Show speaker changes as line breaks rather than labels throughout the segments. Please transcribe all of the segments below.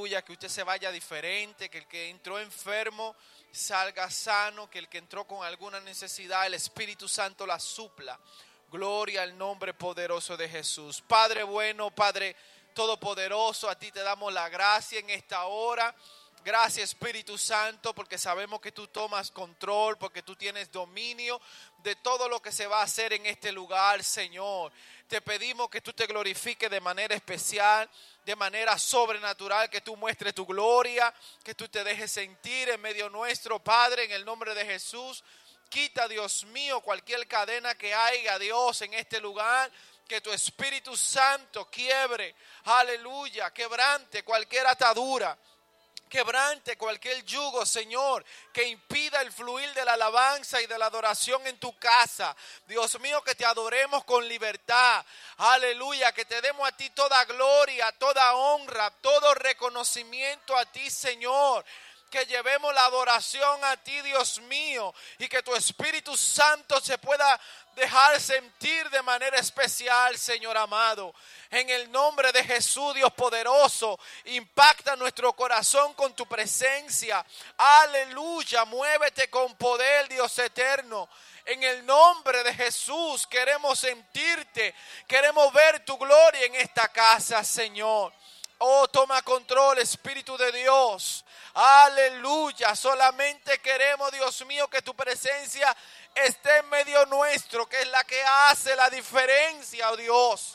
aleluya, que usted se vaya diferente, que el que entró enfermo salga sano, que el que entró con alguna necesidad, el Espíritu Santo la supla. Gloria al nombre poderoso de Jesús. Padre bueno, Padre todopoderoso, a ti te damos la gracia en esta hora. Gracias, Espíritu Santo, porque sabemos que tú tomas control, porque tú tienes dominio de todo lo que se va a hacer en este lugar, Señor. Te pedimos que tú te glorifiques de manera especial, de manera sobrenatural, que tú muestres tu gloria, que tú te dejes sentir en medio nuestro, Padre, en el nombre de Jesús. Quita, Dios mío, cualquier cadena que haya, Dios, en este lugar. Que tu Espíritu Santo quiebre, aleluya, quebrante cualquier atadura. Quebrante cualquier yugo, Señor, que impida el fluir de la alabanza y de la adoración en tu casa. Dios mío, que te adoremos con libertad. Aleluya, que te demos a ti toda gloria, toda honra, todo reconocimiento a ti, Señor. Que llevemos la adoración a ti, Dios mío, y que tu Espíritu Santo se pueda dejar sentir de manera especial, Señor amado. En el nombre de Jesús, Dios poderoso, impacta nuestro corazón con tu presencia. Aleluya, muévete con poder, Dios eterno. En el nombre de Jesús queremos sentirte, queremos ver tu gloria en esta casa, Señor. Oh, toma control, Espíritu de Dios. Aleluya, solamente queremos, Dios mío, que tu presencia esté en medio nuestro, que es la que hace la diferencia, oh Dios.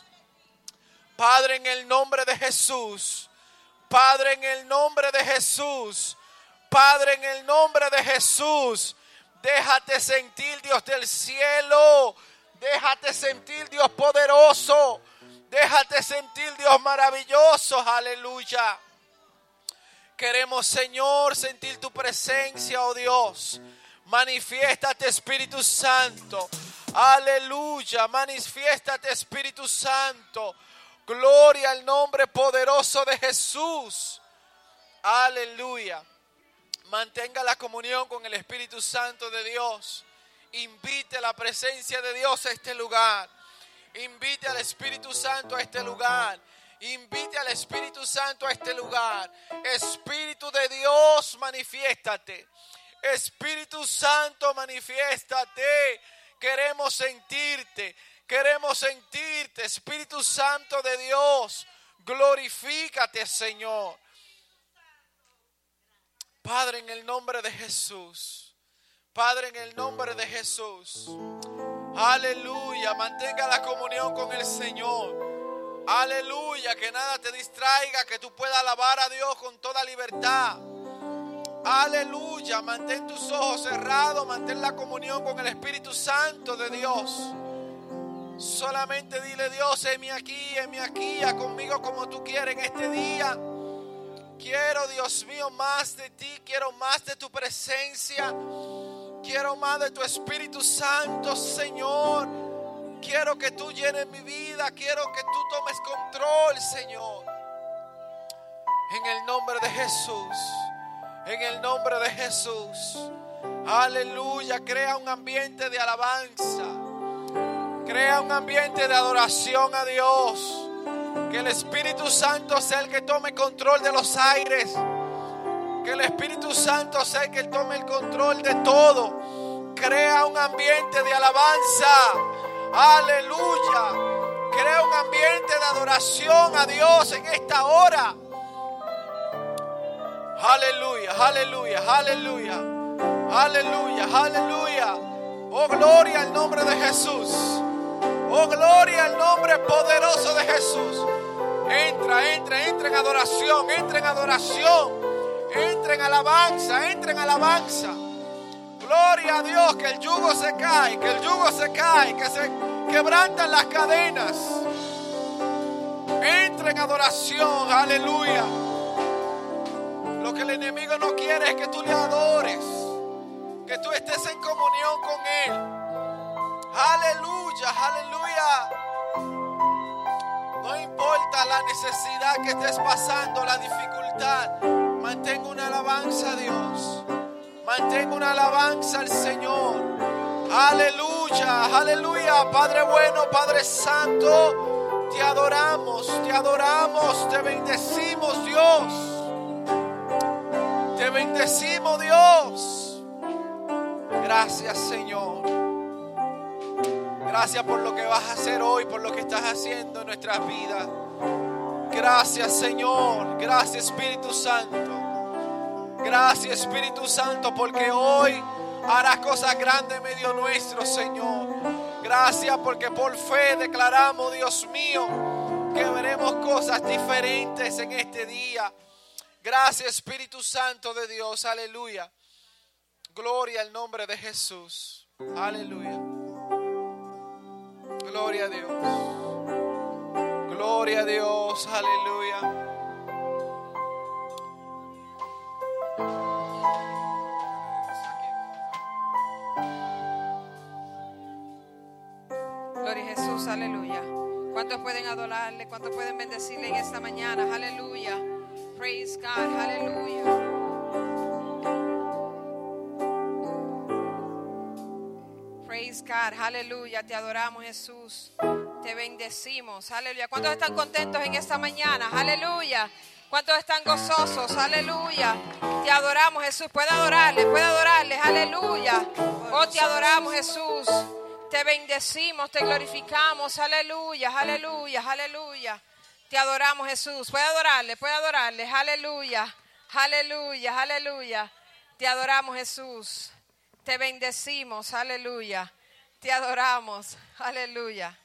Padre, en el nombre de Jesús. Padre, en el nombre de Jesús. Padre, en el nombre de Jesús. Déjate sentir, Dios del cielo. Déjate sentir, Dios poderoso. Déjate sentir, Dios maravilloso. Aleluya. Queremos, Señor, sentir tu presencia, oh Dios. Manifiéstate, Espíritu Santo. Aleluya. Manifiéstate, Espíritu Santo. Gloria al nombre poderoso de Jesús. Aleluya. Mantenga la comunión con el Espíritu Santo de Dios. Invite la presencia de Dios a este lugar. Invite al Espíritu Santo a este lugar. Invite al Espíritu Santo a este lugar. Espíritu de Dios, manifiéstate. Espíritu Santo, manifiéstate. Queremos sentirte. Queremos sentirte, Espíritu Santo de Dios. Glorifícate, Señor. Padre, en el nombre de Jesús. Padre, en el nombre de Jesús. Aleluya. Mantenga la comunión con el Señor. Aleluya. Que nada te distraiga. Que tú puedas alabar a Dios con toda libertad. Aleluya. Mantén tus ojos cerrados. Mantén la comunión con el Espíritu Santo de Dios. Solamente dile, Dios, heme aquí, haz conmigo como tú quieres en este día. Quiero, Dios mío, más de ti, quiero más de tu presencia, quiero más de tu Espíritu Santo, Señor. Quiero que tú llenes mi vida, quiero que tú tomes control, Señor. En el nombre de Jesús, en el nombre de Jesús. Aleluya, crea un ambiente de alabanza. Crea un ambiente de adoración a Dios. Que el Espíritu Santo sea el que tome control de los aires. Que el Espíritu Santo sea el que tome el control de todo. Crea un ambiente de alabanza. Aleluya. Crea un ambiente de adoración a Dios en esta hora. Aleluya, aleluya, aleluya. Aleluya, aleluya. Oh, gloria al nombre de Jesús. Oh, gloria al nombre poderoso de Jesús. Entra en adoración, entra en adoración. Entra en alabanza, entra en alabanza. Gloria a Dios, que el yugo se cae, que el yugo se cae, que se quebrantan las cadenas. Entra en adoración, aleluya. Lo que el enemigo no quiere es que tú le adores, que tú estés en comunión con Él. Aleluya, aleluya. No importa la necesidad que estés pasando, la dificultad, mantén una alabanza a Dios. Mantén una alabanza al Señor. Aleluya, aleluya. Padre bueno, Padre santo, te adoramos, te bendecimos, Dios. bendecimos, Dios. Gracias, Señor. Gracias por lo que vas a hacer hoy, por lo que estás haciendo en nuestras vidas. Gracias, Señor. Gracias, Espíritu Santo. Gracias, Espíritu Santo, porque hoy harás cosas grandes en medio nuestro, Señor. Gracias porque por fe declaramos, Dios mío, que veremos cosas diferentes en este día. Gracias, Espíritu Santo de Dios. Aleluya. Gloria al nombre de Jesús. Aleluya. Gloria a Dios. Gloria a Dios. Aleluya.
Gloria a Jesús. Aleluya. ¿Cuántos pueden adorarle? ¿Cuántos pueden bendecirle en esta mañana? Aleluya. Praise God. Aleluya. Praise God, aleluya, te adoramos, Jesús, te bendecimos, aleluya. ¿Cuántos están contentos en esta mañana? Aleluya. ¿Cuántos están gozosos? Aleluya. Te adoramos, Jesús. Puede adorarle, aleluya. Oh, te adoramos, Jesús. Te bendecimos, te glorificamos, aleluya, aleluya, aleluya. Te adoramos, Jesús. Puede adorarle, aleluya, aleluya, aleluya. Te adoramos, Jesús. Te bendecimos, aleluya. Te adoramos, aleluya.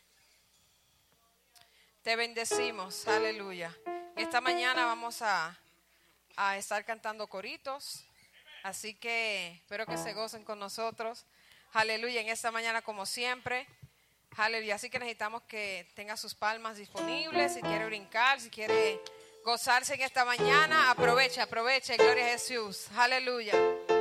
Te bendecimos, aleluya. Esta mañana vamos a estar cantando coritos. Así que espero que se gocen con nosotros. Aleluya, en esta mañana como siempre. Aleluya, así que necesitamos que tenga sus palmas disponibles. Si quiere brincar, si quiere gozarse en esta mañana, aproveche, gloria a Jesús. Aleluya.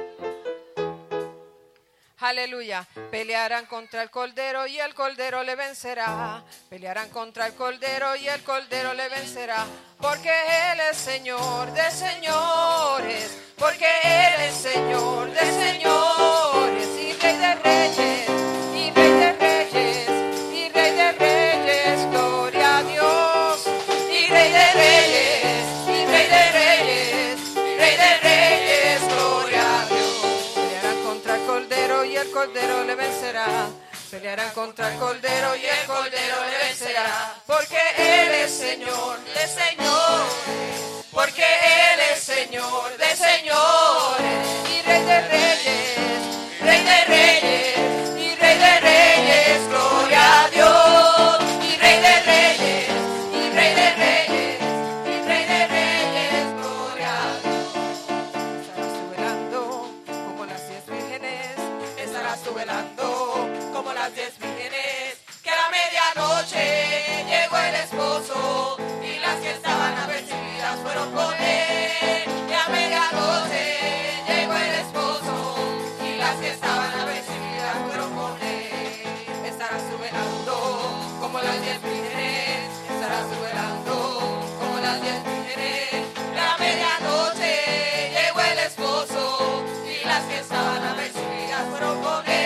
Aleluya. Pelearán contra el Cordero y el Cordero le vencerá. Pelearán contra el Cordero y el Cordero le vencerá. Porque Él es Señor de señores. Porque Él es Señor de señores. Y Rey de reyes. Y Rey de reyes. Y Rey de reyes. Gloria a Dios. Y Rey de reyes. Y Rey de reyes. Y Rey de reyes. Gloria a Dios. Pelearán contra el Cordero y el Cordero le vencerá. Pelearán contra el Cordero y el Cordero le vencerá. Porque Él es Señor de señores. Porque Él es Señor de señores. Y Rey de reyes. Rey de reyes. Y Rey de reyes. Gloria a Dios. Y Rey de reyes. Y Rey de reyes. Y Rey de reyes. Gloria a Dios. Estarás tú velando como las 10 vírgenes. Estarás tú velando como las 10 vírgenes, que a la medianoche llegó el esposo y las que estaban apercibidas fueron con él. Y a medianoche llegó el esposo y las que estaban apercibidas fueron con él. Estarás tú velando como las 10 vírgenes, estarás tú velando como las 10 vírgenes, que a la medianoche llegó el esposo y las que estaban apercibidas fueron con él.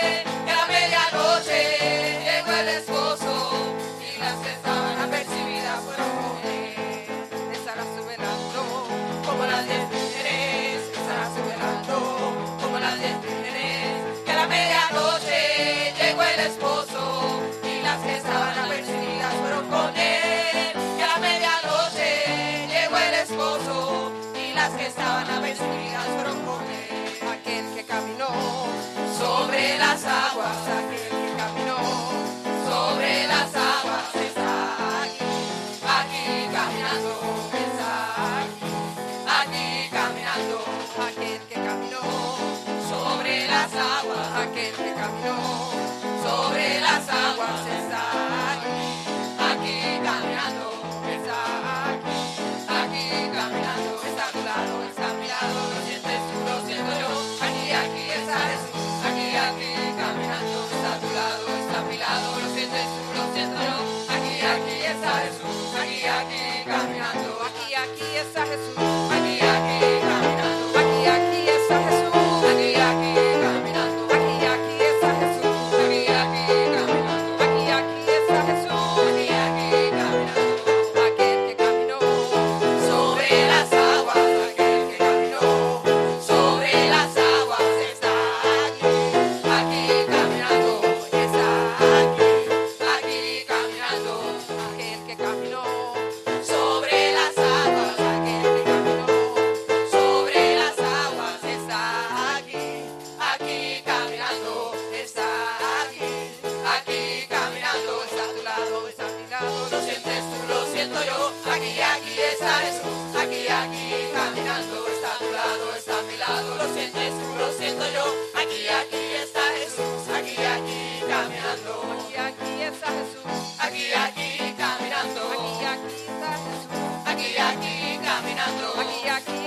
Llegó el esposo y las que estaban apercibidas fueron con él. Estarás tú velando como las 10 vírgenes, estarás tú velando como las 10 vírgenes, que a la medianoche llegó el esposo y las que estaban apercibidas fueron con él. Que a la medianoche llegó el esposo y las que estaban apercibidas fueron con él. Aquel que caminó sobre las aguas, aquel que caminó sobre las aguas está aquí caminando, está aquí caminando. Aquel que caminó sobre las aguas, aquel que caminó sobre las aguas está aquí caminando, está aquí caminando. Está a tu lado, está a mi lado, lo sientes tú, lo siento yo. Aquí está Jesús. Aquí caminando, está a tu lado, está a mi lado, lo sientes tú, lo siento yo. Aquí está Jesús, aquí caminando, aquí está Jesús, aquí caminando, aquí está Jesús, aquí caminando, aquí está Jesús, aquí caminando, aquí está Jesús, aquí caminando. Aquel que caminó sobre las aguas, aquel que caminó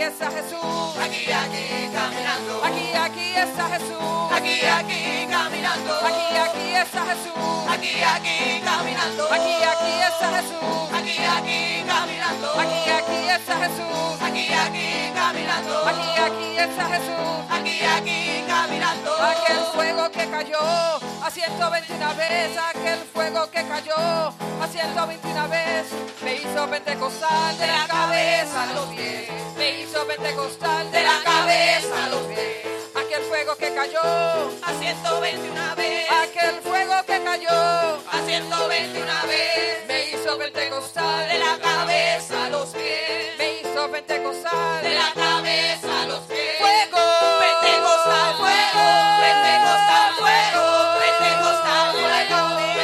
está Jesús.
aquí caminando.
Aquí está Jesús.
Aquí caminando.
Aquí está Jesús.
Aquí caminando.
Aquí está Jesús.
Aquí caminando.
Aquí está Jesús.
Aquí caminando.
Aquí está Jesús.
Aquí caminando.
Aquel fuego que cayó a 121 veces, aquel fuego que cayó a 121 veces, me hizo pentecostal de la cabeza a los pies, me hizo pentecostal de la cabeza a los pies. Aquel fuego que cayó
A 121 veces.
aquel fuego que cayó
A 121 veces.
me hizo pentecostal
De la cabeza a los pies.
me hizo pentecostal
De la cabeza a los pies.
fuego,
Pentecostal, fuego. Pentecostal, fuego. Pentecostal, fuego.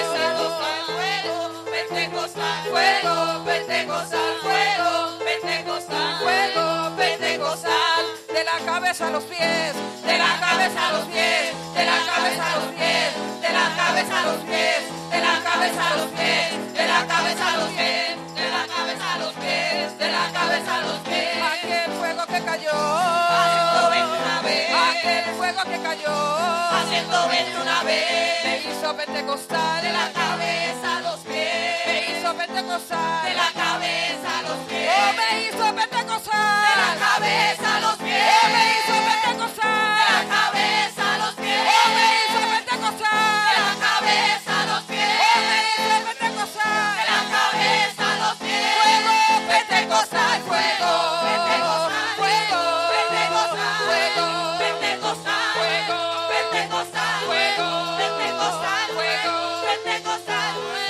Pentecostal, fuego. Pentecostal, fuego. Pentecostal, fuego. Pentecostal.
de la cabeza a los pies,
De la cabeza a los pies. De la cabeza a los pies. De la cabeza a los pies. De la cabeza a los pies. De la cabeza a los pies. De la cabeza a los pies. De la cabeza a los pies.
aquel fuego que cayó,
A 121 veces.
aquel fuego que cayó,
A 121 veces.
me hizo pentecostal
De la cabeza a los pies.
me hizo pentecostal,
De la cabeza a los pies.
oh, me hizo pentecostal,
De la cabeza a los pies.
oh, me hizo
De la
pentecostal,
cabeza a los pies.
oh, me hizo
De
pentecostal,
la cabeza a los pies.
oh, me hizo pentecostal,
De la cabeza a los pies.
fuego, pentecostal, fuego,
Pentecostal,
fuego,
Pentecostal,
fuego,
Pentecostal,
fuego,
Pentecostal,
fuego,
Pentecostal,
fuego,
Pentecostal,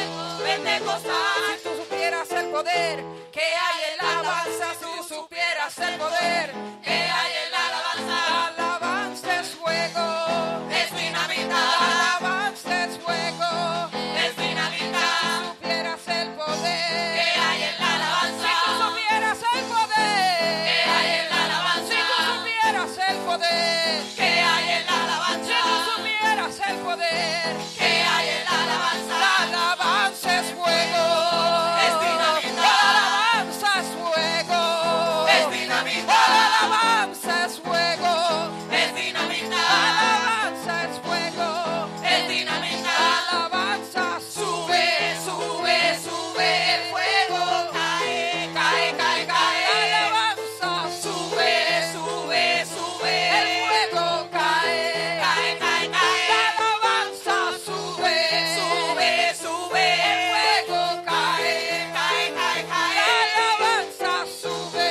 Pentecostal.
Si tú supieras el poder que hay en la alabanza, si tú supieras el poder
Que hay en la alabanza.
alabanza es fuego,
Es dinamita.
alabanza es fuego.
Es dinamita.
Si supieras el poder
Que hay en la alabanza.
si tú supieras el poder
Que hay en la alabanza.
si tú supieras el poder
Que hay en la
si
alabanza.
tú supieras el poder
Que hay en la alabanza.
la alabanza es fuego,
Es dinamita.
la alabanza es fuego,
Es dinamita.
la alabanza es fuego,
Es dinamita.
la alabanza es fuego,
Es dinamita.
la alabanza
Sube, sube, sube. El fuego cae, cae, cae,
la
cae.
alabanza
Sube, sube, sube.
el fuego cae,
Cae, cae,
la
cae.
alabanza sube,
Sube, sube.
el fuego cae,
Cae, cae,
la
cae.
alabanza sube,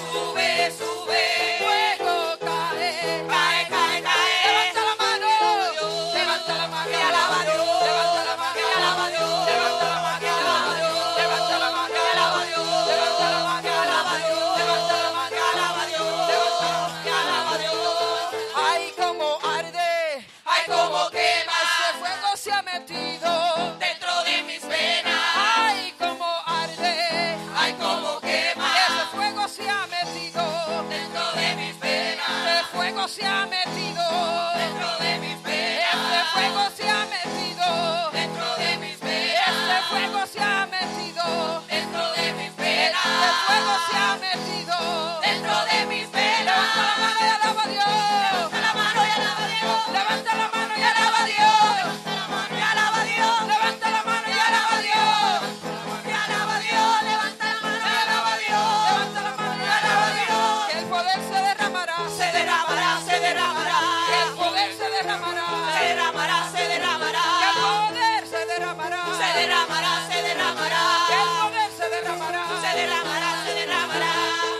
Sube, sube.
fuego cae.
Cae, cae, cae.
Levanta la mano, levanta la mano,
Y alaba a Dios.
levanta la mano,
Y alaba a Dios.
levanta la mano,
Y alaba a Dios.
levanta la mano,
Y alaba a Dios.
levanta la mano,
Y alaba a Dios.
levanta la mano,
Y alaba a Dios.
levanta la mano.
Y alaba a Dios.
Ay, como arde,
Ay, como quema
ese fuego se ha metido.
dentro de mis venas.
Ay, como arde,
Ay, como quema
ese fuego se ha metido.
dentro de mis venas.
Ese fuego se ha metido.
Dentro de mis
Ese fuego
venas.
se ha metido.
Dentro de mis
Ese
venas.
fuego se ha metido.
Dentro de mis
Ese
venas.
fuego se ha metido.
Dentro de mis
Levanta la mano y
venas.
alaba a Dios.
Levanta la mano y alaba a Dios.
Levanta la mano y alaba a Dios.
Levanta la mano y alaba a Dios.
Levanta la mano y alaba a Dios.
Y alaba a Dios. Levanta la mano y alaba a Dios.
Levanta la mano y alaba a Dios. Que el poder se derramará.
Se derramará, se derramará.
Que el poder se derramará.
Se derramará, se derramará.
Que el poder se derramará.
Se derramará, se derramará.
Que el poder se derramará.
Se derramará, se derramará.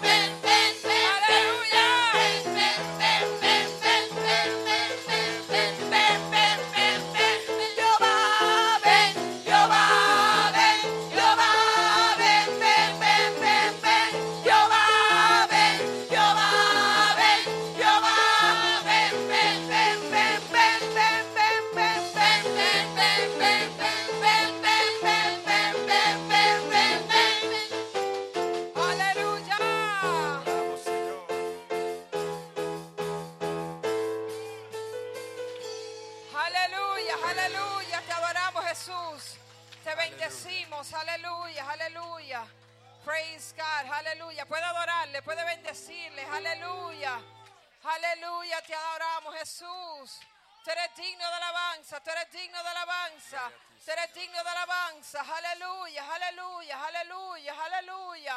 Aleluya, aleluya. Praise God, aleluya. Puede adorarle, puede bendecirle, aleluya. Aleluya, te adoramos, Jesús. Tú eres digno de alabanza, tú eres digno de alabanza, tú eres digno de alabanza. Aleluya, aleluya, aleluya, aleluya.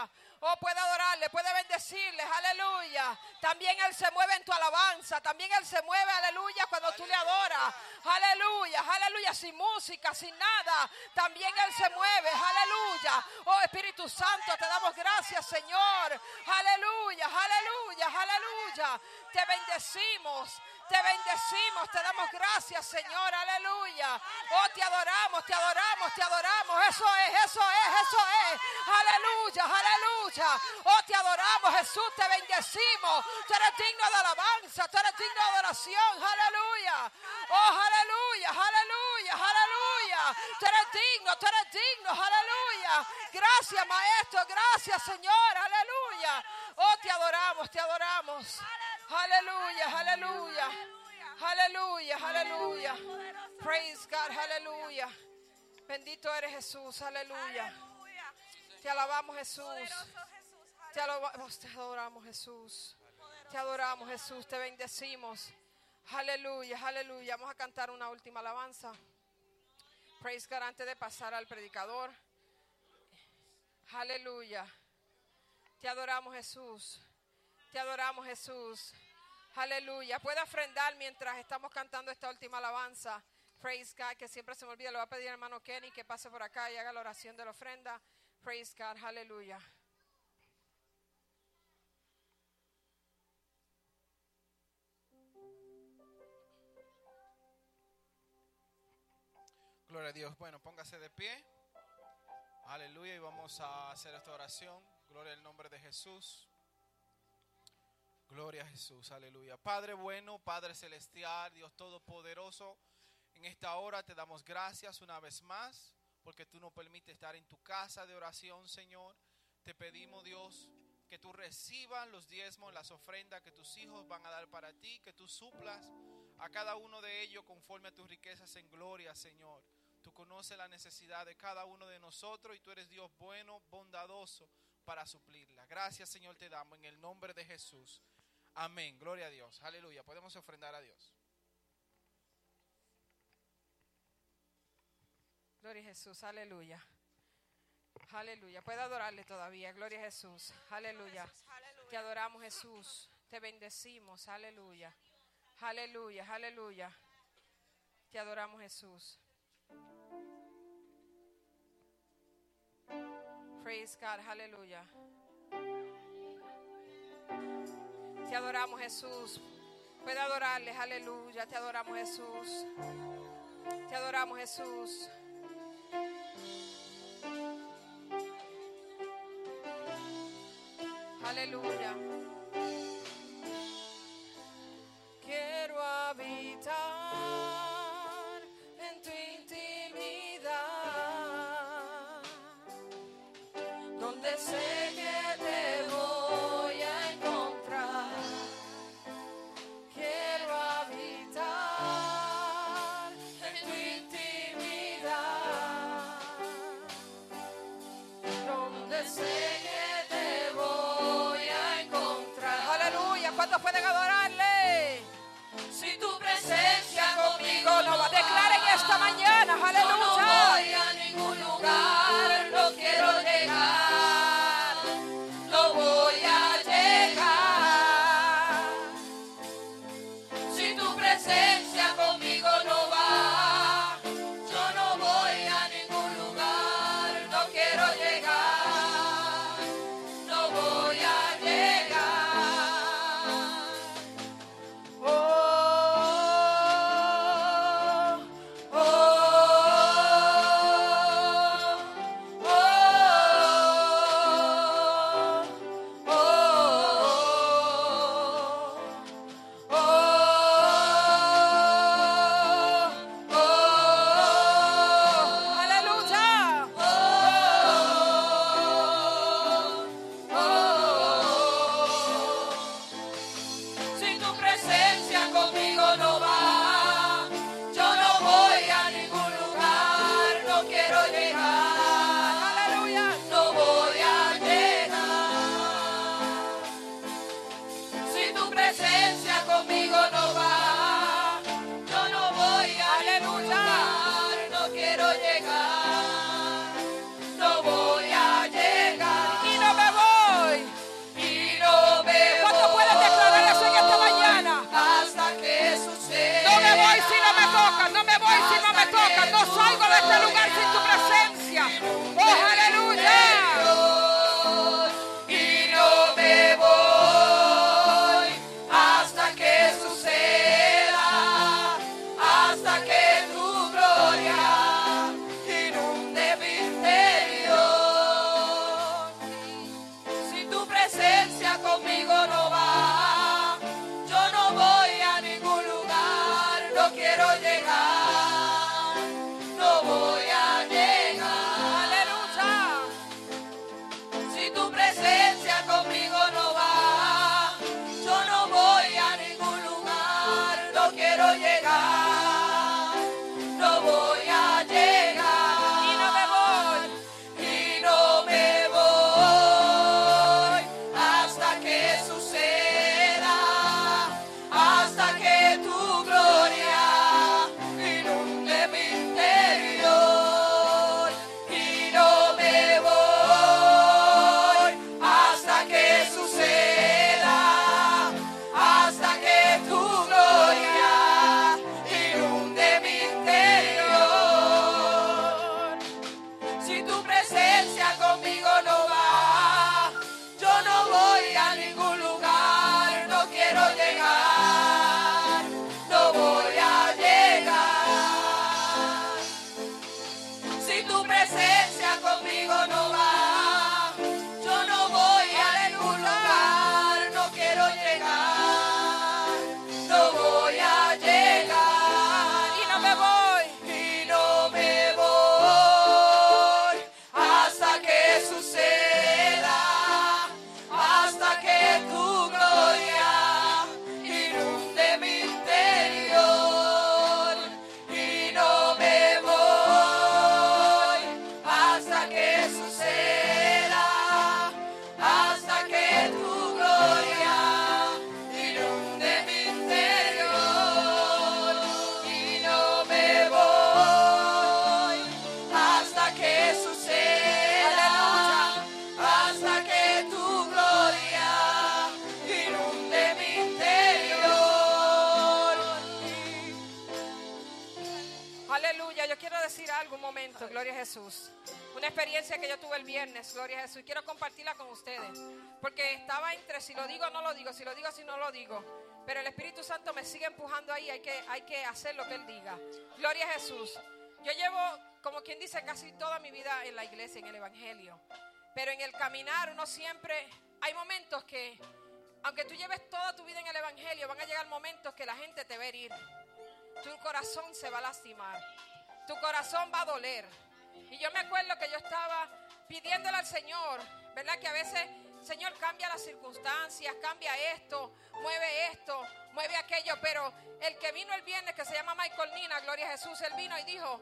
Oh, puede adorarle, puede bendecirle, aleluya. También Él se mueve en tu alabanza, también Él se mueve, aleluya, cuando tú le adoras. Aleluya, aleluya, sin música, sin nada. También Él se mueve, aleluya. Oh, Espíritu Santo, te damos gracias, Señor. Aleluya, aleluya, aleluya. Te bendecimos. Te bendecimos, te damos gracias, Señor, aleluya. Oh, te adoramos, te adoramos, te adoramos. Eso es, eso es, eso es. Aleluya, aleluya. Oh, te adoramos, Jesús, te bendecimos. Tú eres digno de alabanza, tú eres digno de adoración, aleluya. Oh, aleluya, aleluya, aleluya. Tú eres digno, aleluya. Gracias, Maestro, gracias, Señor, aleluya. Oh, te adoramos, te adoramos. Aleluya, aleluya. Aleluya, aleluya. Praise God, aleluya. Bendito eres Jesús, aleluya. Te alabamos, Jesús. Te alabamos, te adoramos, Jesús. Te adoramos, Jesús, te bendecimos. Aleluya, aleluya. Vamos a cantar una última alabanza. Praise God, antes de pasar al predicador. Aleluya. Te adoramos, Jesús. Te adoramos, Jesús. Aleluya. Puede ofrendar mientras estamos cantando esta última alabanza. Praise God, que siempre se me olvida. Le voy a pedir al hermano Kenny que pase por acá y haga la oración de la ofrenda. Praise God. Aleluya.
Gloria a Dios. Bueno, póngase de pie. Aleluya. Y vamos a hacer esta oración. Gloria al nombre de Jesús. Gloria a Jesús, aleluya. Padre bueno, Padre celestial, Dios todopoderoso, en esta hora te damos gracias una vez más, porque tú nos permites estar en tu casa de oración, Señor. Te pedimos, Dios, que tú recibas los diezmos, las ofrendas que tus hijos van a dar para ti, que tú suplas a cada uno de ellos conforme a tus riquezas en gloria, Señor. Tú conoces la necesidad de cada uno de nosotros y tú eres Dios bueno, bondadoso para suplirla. Gracias, Señor, te damos en el nombre de Jesús. Amén, gloria a Dios, aleluya. Podemos ofrendar a Dios.
Gloria a Jesús, aleluya. Aleluya, puede adorarle todavía, gloria a Jesús, aleluya. Te adoramos, Jesús, te bendecimos, aleluya. Aleluya, aleluya. Te adoramos, Jesús. Praise God, aleluya. Te adoramos, Jesús. Puede adorarles, aleluya. Te adoramos, Jesús. Te adoramos, Jesús. Aleluya. Quiero habitar en tu intimidad, donde sé que te voy a encontrar. Quiero habitar en tu intimidad, donde sé que te voy a encontrar.
tu presencia conmigo no va, yo no voy a ningún lugar, no quiero llegar, no voy a llegar.
Y no me voy.
Y no me voy hasta que suceda, hasta que tu gloria inunde mi interior. Y no me voy hasta que suceda, hasta que tu gloria inunde mi interior. Y no me voy hasta que suceda, hasta que tu gloria inunde mi interior.
Aleluya, yo quiero decir algo un momento, gloria a Jesús. Una experiencia que yo tuve el viernes, gloria a Jesús, y quiero compartirla con ustedes, porque estaba entre si lo digo o no lo digo, si lo digo, si no lo digo, pero el Espíritu Santo me sigue empujando ahí, hay que hacer lo que Él diga. Gloria a Jesús. Yo llevo, como quien dice, casi toda mi vida en la iglesia, en el Evangelio, pero en el caminar uno siempre, hay momentos que, aunque tú lleves toda tu vida en el Evangelio, van a llegar momentos que la gente te va a herir. Tu corazón se va a lastimar, tu corazón va a doler. Y yo me acuerdo que yo estaba pidiéndole al Señor, ¿verdad? Que a veces, Señor, cambia las circunstancias, cambia esto, mueve aquello. Pero el que vino el viernes, que se llama Michael Nina, gloria a Jesús, él vino y dijo,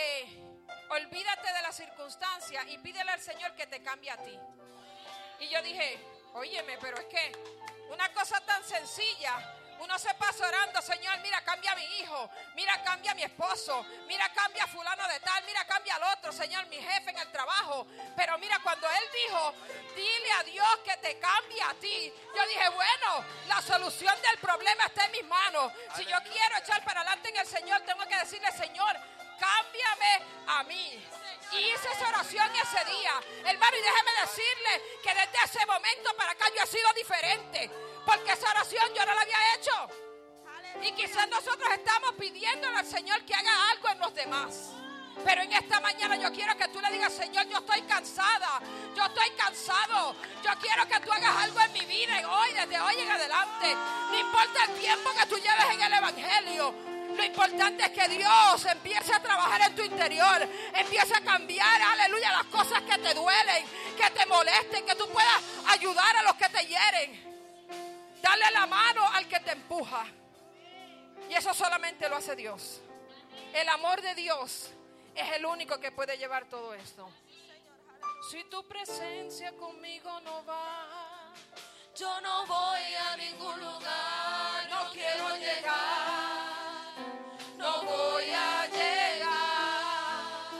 olvídate de las circunstancias y pídele al Señor que te cambie a ti. Y yo dije, óyeme, pero es que una cosa tan sencilla. Uno se pasa orando, Señor, mira, cambia a mi hijo, mira, cambia a mi esposo, mira, cambia a fulano de tal, mira, cambia al otro, Señor, mi jefe en el trabajo. Pero mira, cuando Él dijo, dile a Dios que te cambie a ti, yo dije, bueno, la solución del problema está en mis manos. Si yo quiero echar para adelante en el Señor, tengo que decirle, Señor, cámbiame a mí. Y hice esa oración ese día, hermano, y déjeme decirle que desde ese momento para acá yo he sido diferente. Porque esa oración yo no la había hecho. Y quizás nosotros estamos pidiéndole al Señor que haga algo en los demás. Pero en esta mañana yo quiero que tú le digas, Señor, yo estoy cansada, yo estoy cansado, yo quiero que tú hagas algo en mi vida hoy, desde hoy en adelante. No importa el tiempo que tú lleves en el Evangelio, lo importante es que Dios empiece a trabajar en tu interior, empiece a cambiar, aleluya, las cosas que te duelen, que te molesten, que tú puedas ayudar a los que te hieren. Dale la mano al que te empuja. Y eso solamente lo hace Dios. El amor de Dios es el único que puede llevar todo esto. Si tu presencia conmigo no va,
Yo no voy a ningún lugar, no quiero llegar, no voy a llegar.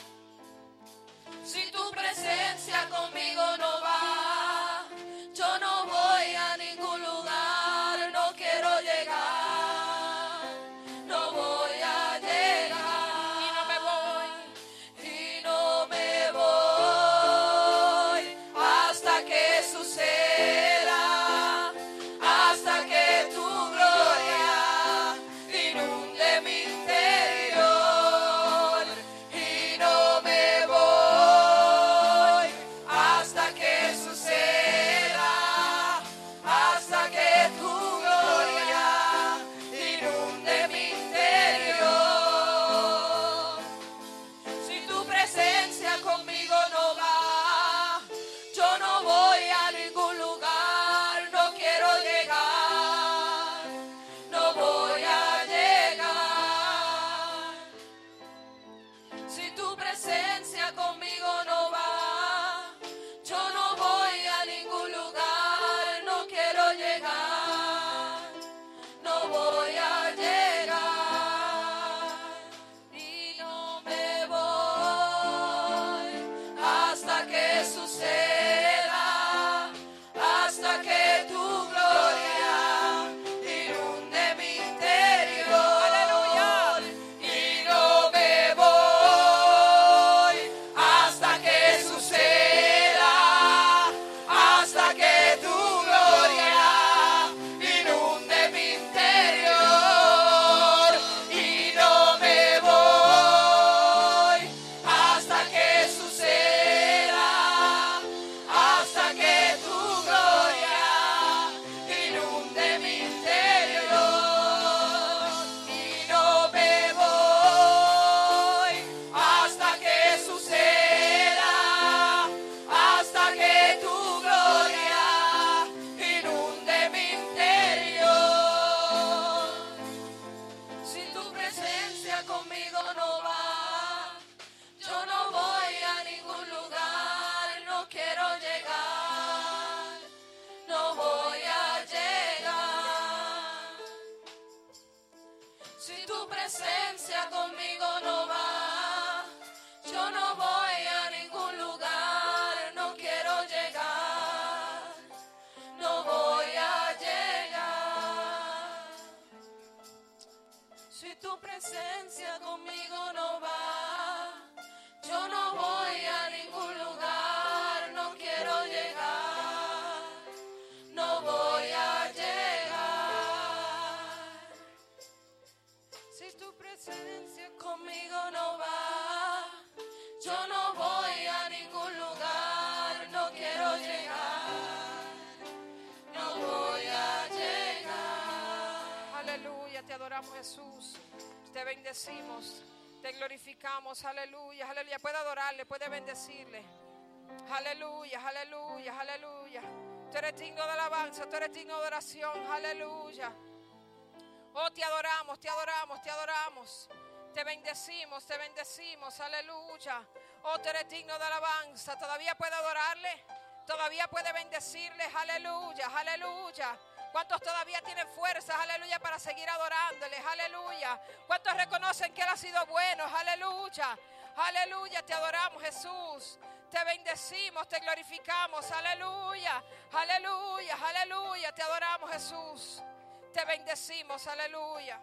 Si tu presencia conmigo no va, yo no voy a ningún lugar, no quiero llegar, no voy a llegar.
y no me voy.
Y no me voy hasta que suceda, hasta que tu gloria inunde mi interior. Y no me voy hasta que suceda, hasta que tu gloria inunde mi interior. Si tu presencia conmigo no va, yo no voy a ningún lugar, no quiero llegar, no voy a llegar. Si tu presencia conmigo no va, yo no voy a ningún lugar, no quiero llegar, no voy a llegar. Y no me voy
adoramos, Jesús. Te bendecimos, te glorificamos. Aleluya, aleluya. Puede adorarle, puede bendecirle. Aleluya, aleluya, aleluya. Tú eres digno de alabanza, tú eres digno de oración. Aleluya. Oh, te adoramos, te adoramos, te adoramos. Te bendecimos, aleluya. Oh, tú eres digno de alabanza. Todavía puede adorarle, todavía puede bendecirle, aleluya, aleluya. ¿Cuántos todavía tienen fuerzas, aleluya, para seguir adorándole, aleluya? ¿Cuántos reconocen que Él ha sido bueno, aleluya? Aleluya, te adoramos, Jesús. Te bendecimos, te glorificamos, aleluya, aleluya, aleluya. Te adoramos, Jesús. Te bendecimos, aleluya.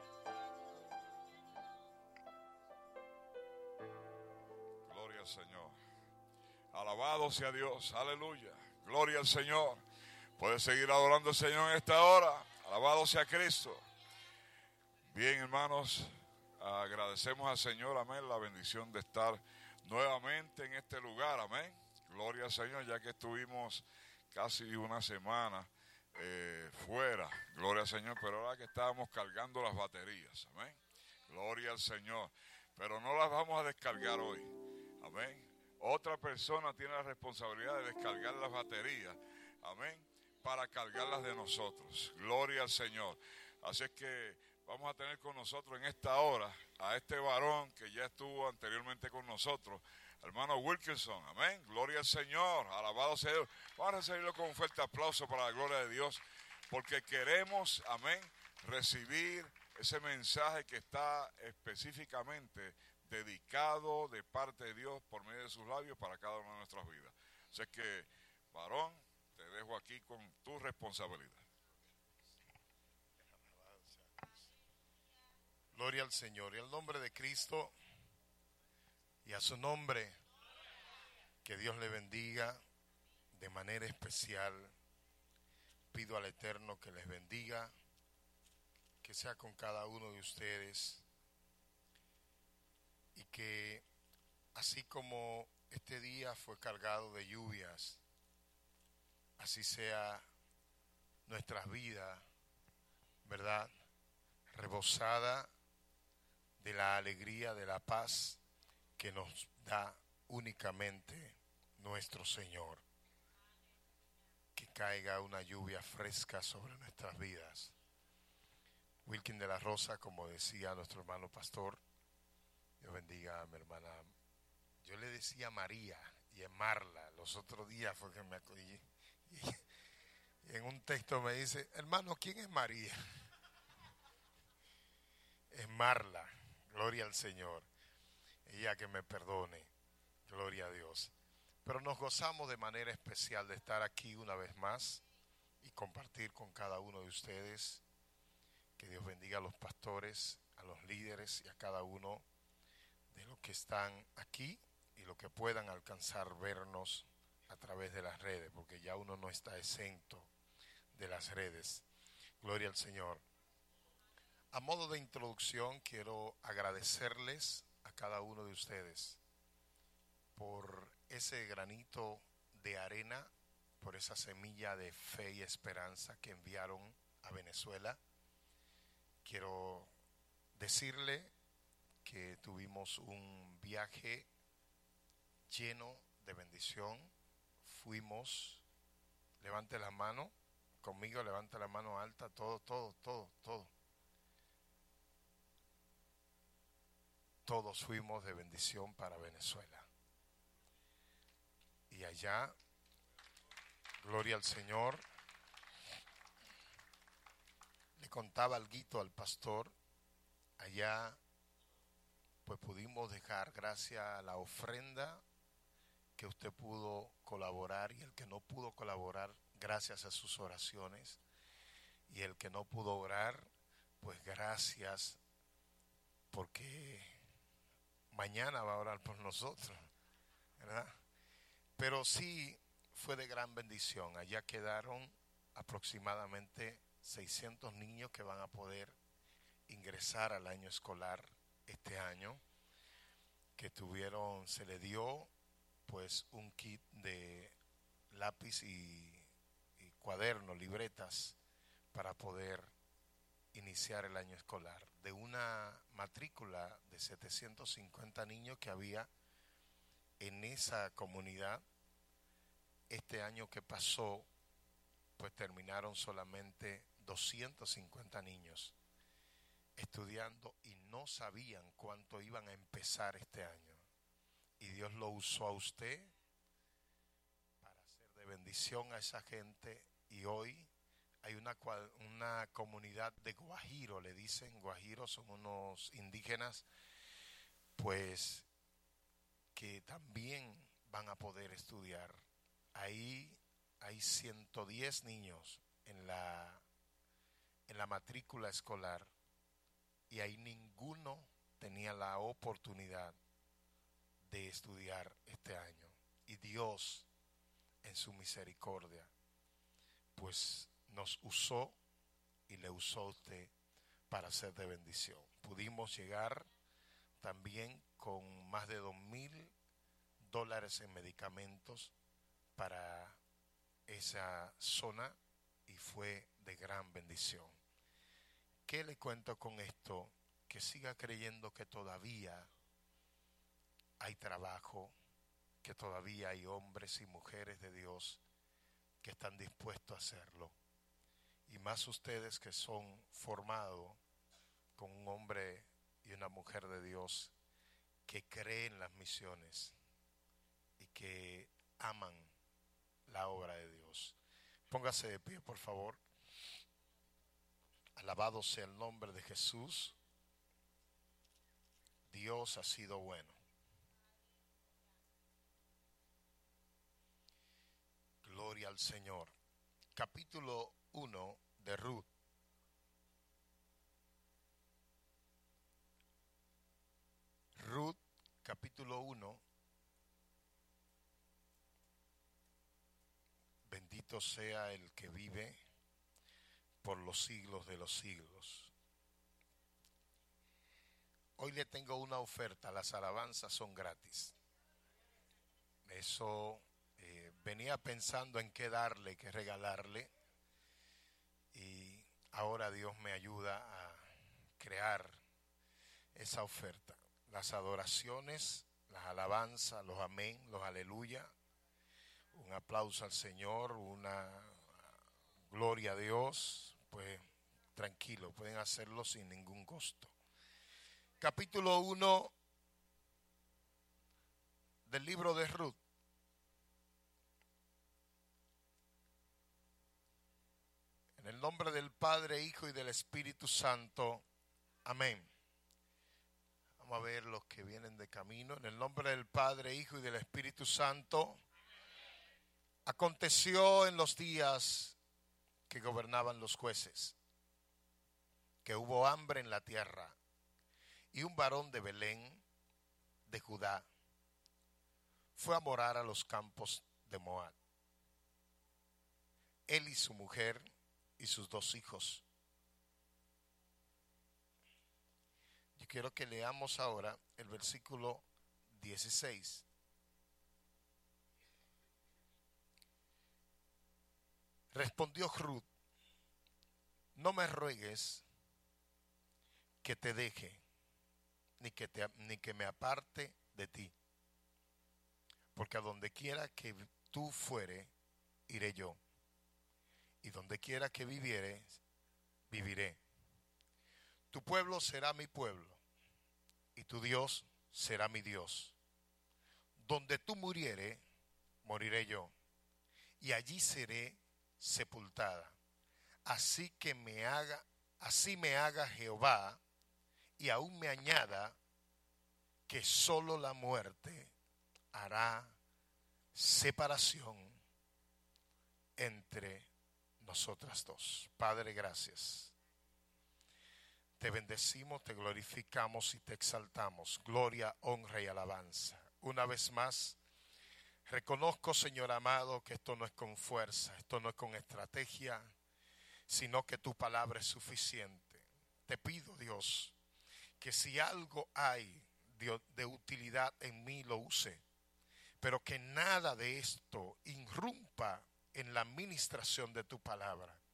Gloria al Señor. Alabado sea Dios, aleluya. Gloria al Señor. Puedes seguir adorando al Señor en esta hora. Alabado sea Cristo. Bien, hermanos, agradecemos al Señor, amén, la bendición de estar nuevamente en este lugar, amén. Gloria al Señor, ya que estuvimos casi una semana fuera, gloria al Señor, pero ahora que estábamos cargando las baterías, amén. Gloria al Señor, pero no las vamos a descargar hoy, amén. Otra persona tiene la responsabilidad de descargar las baterías, amén, para cargarlas de nosotros. Gloria al Señor. Así es que vamos a tener con nosotros en esta hora a este varón que ya estuvo anteriormente con nosotros, hermano Wilkinson, amén. Gloria al Señor, alabado sea Dios. Vamos a recibirlo con un fuerte aplauso para la gloria de Dios, porque queremos, amén, recibir ese mensaje que está específicamente dedicado de parte de Dios por medio de sus labios para cada una de nuestras vidas. Así que, varón, te dejo aquí con tu responsabilidad.
Gloria al Señor y al nombre de Cristo y a su nombre, que Dios le bendiga de manera especial. Pido al Eterno que les bendiga, que sea con cada uno de ustedes y que así como este día fue cargado de lluvias, así sea nuestras vidas, ¿verdad? Rebosada de la alegría, de la paz que nos da únicamente nuestro Señor. Que caiga una lluvia fresca sobre nuestras vidas. Wilkin de la Rosa, como decía nuestro hermano pastor, Dios bendiga a mi hermana. Yo le decía María y es Marla. Los otros días fue que me acogí. Y en un texto me dice, hermano, ¿quién es María? Es Marla, gloria al Señor. Ella que me perdone, gloria a Dios. Pero nos gozamos de manera especial de estar aquí una vez más y compartir con cada uno de ustedes. Que Dios bendiga a los pastores, a los líderes y a cada uno de los que están aquí y los que puedan alcanzar vernos a través de las redes, porque ya uno no está exento de las redes. Gloria al Señor. A modo de introducción, quiero agradecerles a cada uno de ustedes por ese granito de arena, por esa semilla de fe y esperanza que enviaron a Venezuela. Quiero decirle que tuvimos un viaje lleno de bendición. Fuimos, levante la mano, conmigo levante la mano alta, todo. Todos fuimos de bendición para Venezuela. Y allá, gloria al Señor, le contaba alguito al pastor, allá pues pudimos dejar, gracias a la ofrenda que usted pudo colaborar y el que no pudo colaborar, gracias a sus oraciones, y el que no pudo orar, pues gracias, porque mañana va a orar por nosotros, ¿verdad? Pero sí fue de gran bendición. Allá quedaron aproximadamente 600 niños que van a poder ingresar al año escolar este año, que tuvieron, se le dio pues un kit de lápiz y cuadernos, libretas, para poder iniciar el año escolar. De una matrícula de 750 niños que había en esa comunidad, este año que pasó, pues terminaron solamente 250 niños estudiando y no sabían cuánto iban a empezar este año. Y Dios lo usó a usted para hacer de bendición a esa gente. Y hoy hay una comunidad de Guajiro, le dicen, Guajiro son unos indígenas, pues que también van a poder estudiar. Ahí hay 110 niños en la matrícula escolar y ahí ninguno tenía la oportunidad de estudiar este año. Y Dios, en su misericordia, pues nos usó y le usó a usted para ser de bendición. Pudimos llegar también con más de $2,000 en medicamentos para esa zona y fue de gran bendición. ¿Qué le cuento con esto? Que siga creyendo que todavía hay trabajo, que todavía hay hombres y mujeres de Dios que están dispuestos a hacerlo. Y más ustedes que son formados con un hombre y una mujer de Dios que creen las misiones y que aman la obra de Dios. Póngase de pie, por favor. Alabado sea el nombre de Jesús. Dios ha sido bueno. Gloria al Señor. Capítulo 1 de Ruth. Ruth, capítulo 1. Bendito sea el que vive por los siglos de los siglos. Hoy le tengo una oferta, las alabanzas son gratis. Eso venía pensando en qué darle, qué regalarle, y ahora Dios me ayuda a crear esa oferta. Las adoraciones, las alabanzas, los amén, los aleluya, un aplauso al Señor, una gloria a Dios, pues tranquilo, pueden hacerlo sin ningún costo. Capítulo 1 del libro de Ruth. En el nombre del Padre, Hijo y del Espíritu Santo. Amén. Vamos a ver los que vienen de camino. En el nombre del Padre, Hijo y del Espíritu Santo. Aconteció en los días que gobernaban los jueces, que hubo hambre en la tierra, y un varón de Belén, de Judá, fue a morar a los campos de Moab. Él y su mujer y sus 2 hijos. Yo quiero que leamos ahora el versículo 16. Respondió Ruth: no me ruegues que te deje, ni que me aparte de ti, porque a donde quiera que tú fuere, iré yo, y donde quiera que viviere, viviré. Tu pueblo será mi pueblo, y tu Dios será mi Dios. Donde tú muriere, moriré yo, y allí seré sepultada. Así me haga Jehová, y aún me añada, que solo la muerte hará separación entre nosotras dos. Padre, gracias. Te bendecimos, te glorificamos y te exaltamos. Gloria, honra y alabanza. Una vez más, reconozco, Señor amado, que esto no es con fuerza, esto no es con estrategia, sino que tu palabra es suficiente. Te pido, Dios, que si algo hay de utilidad en mí, lo use, pero que nada de esto irrumpa en la administración de tu palabra.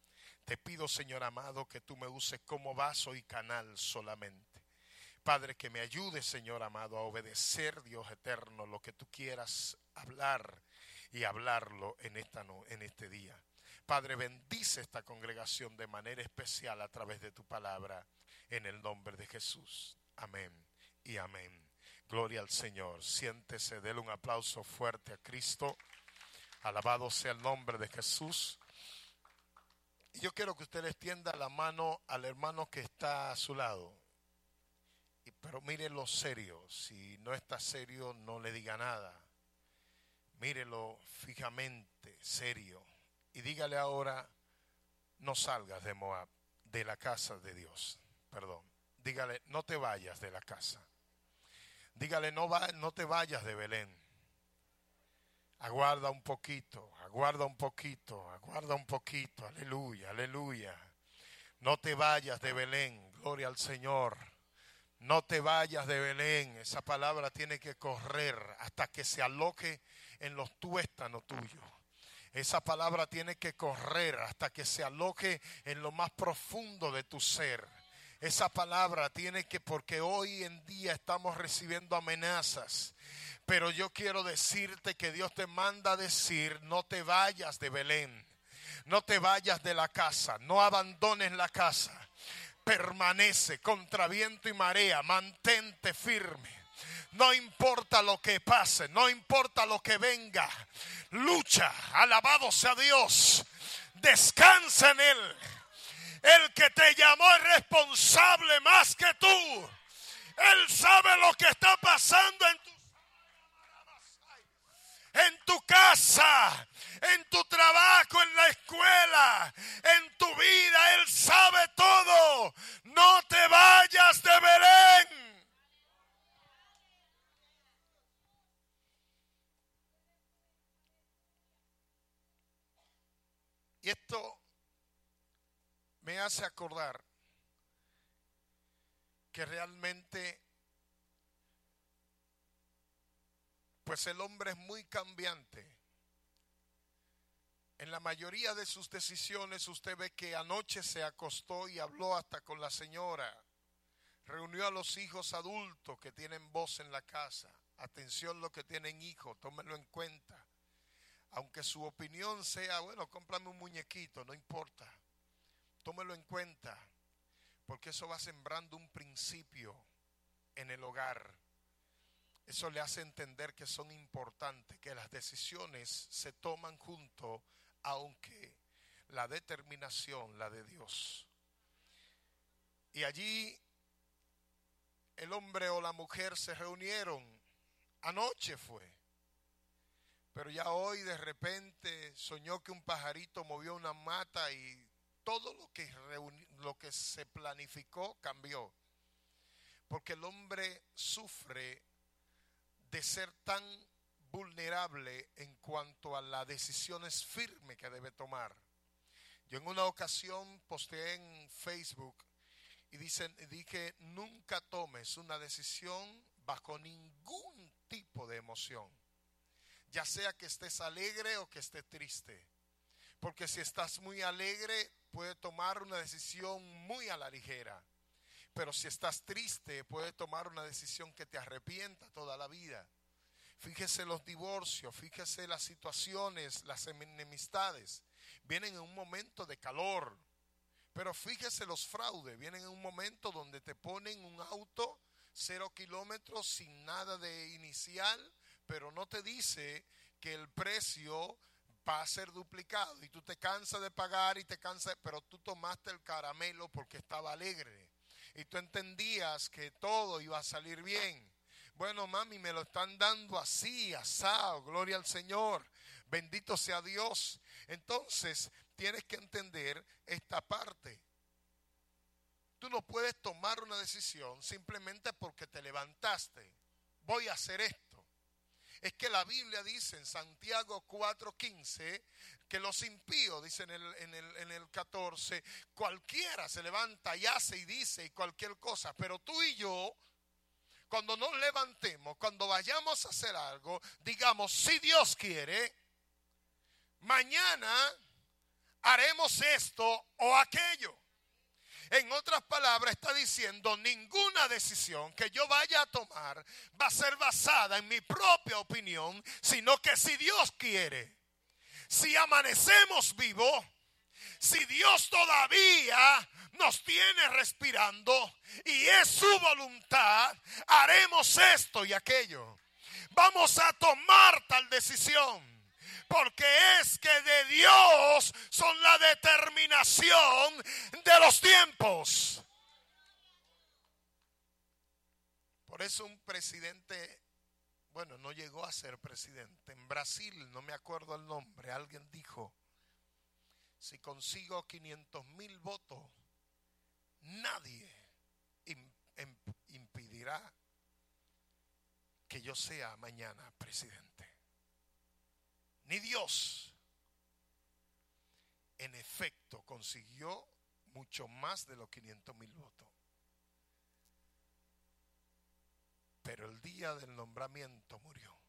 Te pido, Señor amado, que tú me uses como vaso y canal solamente. Padre, que me ayudes, Señor amado, a obedecer, Dios eterno, lo que tú quieras hablar y hablarlo en este día. Padre, bendice esta congregación de manera especial a través de tu palabra, en el nombre de Jesús. Amén y amén. Gloria al Señor. Siéntese, dele un aplauso fuerte a Cristo. Alabado sea el nombre de Jesús. Y yo quiero que usted le extienda la mano al hermano que está a su lado. Pero mírelo serio. Si no está serio, no le diga nada. Mírelo fijamente, serio. Y dígale ahora, no salgas de Moab, de la casa de Dios. Perdón. Dígale, no te vayas de la casa. Dígale, no te vayas de Belén. Aguarda un poquito, aguarda un poquito, aguarda un poquito. Aleluya, aleluya. No te vayas de Belén, gloria al Señor. No te vayas de Belén. Esa palabra tiene que correr hasta que se aloje en los tuéstanos tuyos. Esa palabra tiene que correr hasta que se aloje en lo más profundo de tu ser. Esa palabra tiene que, porque hoy en día estamos recibiendo amenazas. Pero yo quiero decirte que Dios te manda a decir, no te vayas de Belén. No te vayas de la casa, no abandones la casa. Permanece contra viento y marea, mantente firme. No importa lo que pase, no importa lo que venga. Lucha, alabado sea Dios. Descansa en Él. El que te llamó es responsable más que tú. Él sabe lo que está pasando en tu casa, en tu trabajo, en la escuela, en tu vida. Él sabe todo. No te vayas de Belén. Y esto me hace acordar que realmente, pues el hombre es muy cambiante. En la mayoría de sus decisiones usted ve que anoche se acostó y habló hasta con la señora. Reunió a los hijos adultos que tienen voz en la casa. Atención los que tienen hijos, tómenlo en cuenta. Aunque su opinión sea, bueno, cómprame un muñequito, no importa. Tómelo en cuenta, porque eso va sembrando un principio en el hogar. Eso le hace entender que son importantes, que las decisiones se toman juntos, aunque la determinación, la de Dios. Y allí el hombre o la mujer se reunieron, anoche fue. Pero ya hoy de repente soñó que un pajarito movió una mata y todo lo que se planificó cambió. Porque el hombre sufre de ser tan vulnerable en cuanto a las decisiones firmes que debe tomar. Yo en una ocasión posteé en Facebook y dije, nunca tomes una decisión bajo ningún tipo de emoción. Ya sea que estés alegre o que estés triste. Porque si estás muy alegre, puedes tomar una decisión muy a la ligera. Pero si estás triste, puedes tomar una decisión que te arrepienta toda la vida. Fíjese los divorcios, fíjese las situaciones, las enemistades. Vienen en un momento de calor. Pero fíjese los fraudes, vienen en un momento donde te ponen un auto 0 kilómetros sin nada de inicial, pero no te dice que el precio va a ser duplicado y tú te cansas de pagar pero tú tomaste el caramelo porque estaba alegre y tú entendías que todo iba a salir bien. Bueno, mami, me lo están dando así, asado, gloria al Señor, bendito sea Dios. Entonces tienes que entender esta parte. Tú no puedes tomar una decisión simplemente porque te levantaste. Voy a hacer esto. Es que la Biblia dice en Santiago 4:15 que los impíos, dice en el 14, cualquiera se levanta y hace y dice y cualquier cosa, pero tú y yo, cuando nos levantemos, cuando vayamos a hacer algo, digamos, si Dios quiere, mañana haremos esto o aquello. En otras palabras, está diciendo, ninguna decisión que yo vaya a tomar va a ser basada en mi propia opinión, sino que si Dios quiere, si amanecemos vivos, si Dios todavía nos tiene respirando y es su voluntad, haremos esto y aquello. Vamos a tomar tal decisión. Porque es que de Dios son la determinación de los tiempos. Por eso un presidente, bueno, no llegó a ser presidente. En Brasil, no me acuerdo el nombre, alguien dijo, si consigo 500,000 votos, nadie impedirá que yo sea mañana presidente. Ni Dios. En efecto, consiguió mucho más de los 500,000 votos. Pero el día del nombramiento murió.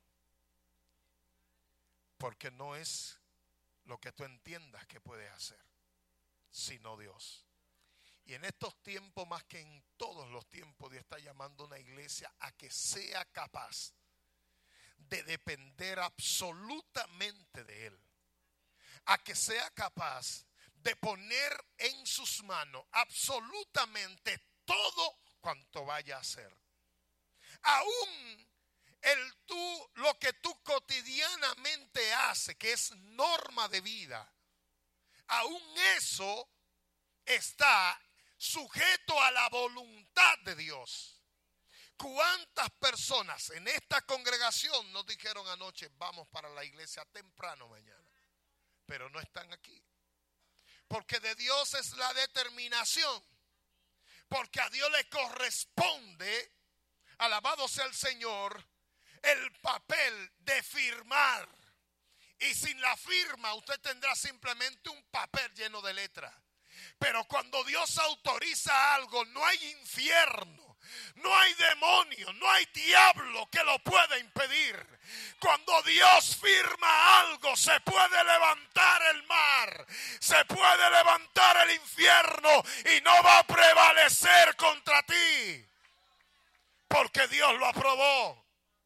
Porque no es lo que tú entiendas que puedes hacer, sino Dios. Y en estos tiempos, más que en todos los tiempos, Dios está llamando a una iglesia a que sea capaz de depender absolutamente de Él, a que sea capaz de poner en sus manos absolutamente todo cuanto vaya a hacer. Aún lo que tú cotidianamente haces, que es norma de vida, aún eso está sujeto a la voluntad de Dios. ¿Cuántas personas en esta congregación nos dijeron anoche, vamos para la iglesia temprano mañana? Pero no están aquí. Porque de Dios es la determinación. Porque a Dios le corresponde, alabado sea el Señor, el papel de firmar. Y sin la firma usted tendrá simplemente un papel lleno de letras. Pero cuando Dios autoriza algo, no hay infierno, no hay demonio, no hay diablo que lo pueda impedir. Cuando Dios firma algo, se puede levantar el mar, se puede levantar el infierno y no va a prevalecer contra ti, porque Dios lo aprobó.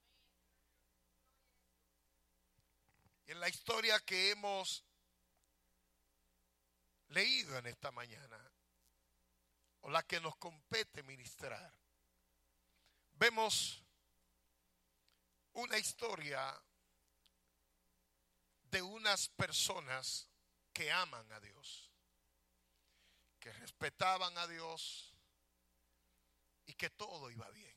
Y en la historia que hemos leído en esta mañana, o la que nos compete ministrar, vemos una historia de unas personas que aman a Dios, que respetaban a Dios y que todo iba bien.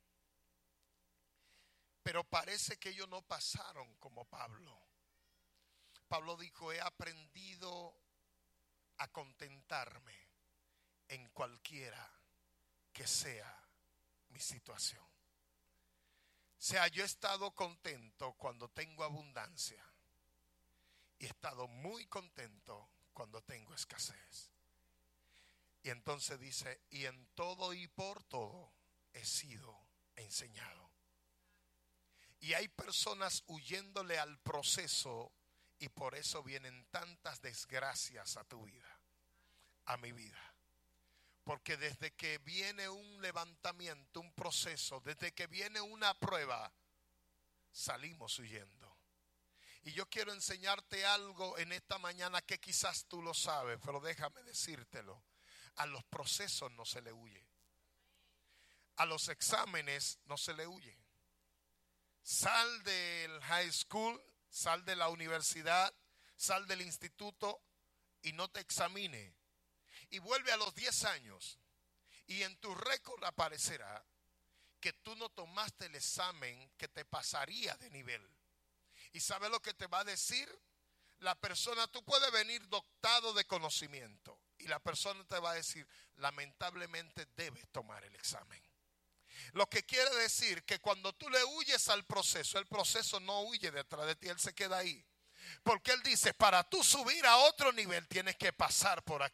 Pero parece que ellos no pasaron como Pablo. Pablo dijo, he aprendido a contentarme en cualquiera que sea mi situación. O sea, yo he estado contento cuando tengo abundancia y he estado muy contento cuando tengo escasez. Y entonces dice, y en todo y por todo he sido enseñado. Y hay personas huyéndole al proceso y por eso vienen tantas desgracias a tu vida, a mi vida. Porque desde que viene un levantamiento, un proceso, desde que viene una prueba, salimos huyendo. Y yo quiero enseñarte algo en esta mañana que quizás tú lo sabes, pero déjame decírtelo. A los procesos no se le huye. A los exámenes no se le huye. Sal del high school, sal de la universidad, sal del instituto y no te examine. Y vuelve a los 10 años y en tu récord aparecerá que tú no tomaste el examen que te pasaría de nivel. ¿Y sabe lo que te va a decir? La persona, tú puedes venir dotado de conocimiento y la persona te va a decir, lamentablemente debes tomar el examen. Lo que quiere decir que cuando tú le huyes al proceso, el proceso no huye detrás de ti, él se queda ahí. Porque él dice, para tú subir a otro nivel tienes que pasar por aquí.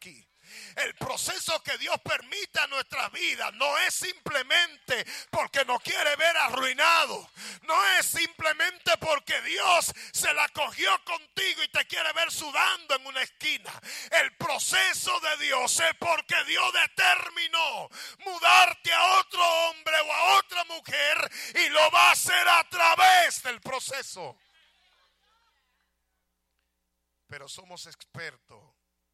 El proceso que Dios permite a nuestra vida no es simplemente porque nos quiere ver arruinado. No es simplemente porque Dios se la cogió contigo y te quiere ver sudando en una esquina. El proceso de Dios es porque Dios determinó mudarte a otro hombre o a otra mujer y lo va a hacer a través del proceso. Pero somos expertos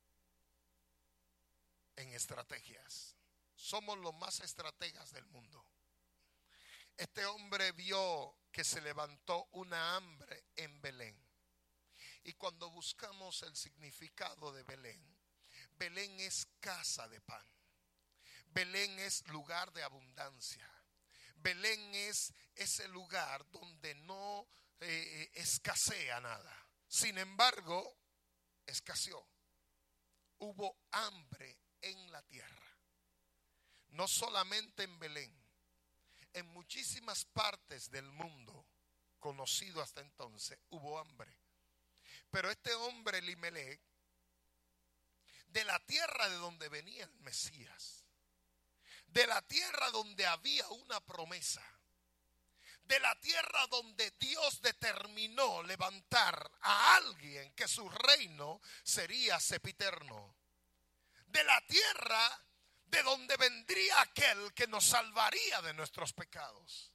en estrategias. Somos los más estrategas del mundo. Este hombre vio que se levantó una hambre en Belén. Y cuando buscamos el significado de Belén, Belén es casa de pan. Belén es lugar de abundancia. Belén es ese lugar donde no escasea nada. Sin embargo, escaseó. Hubo hambre en la tierra. No solamente en Belén, en muchísimas partes del mundo conocido hasta entonces hubo hambre. Pero este hombre Elimelec, de la tierra de donde venía el Mesías, de la tierra donde había una promesa, de la tierra donde Dios determinó levantar a alguien que su reino sería sempiterno, de la tierra de donde vendría aquel que nos salvaría de nuestros pecados.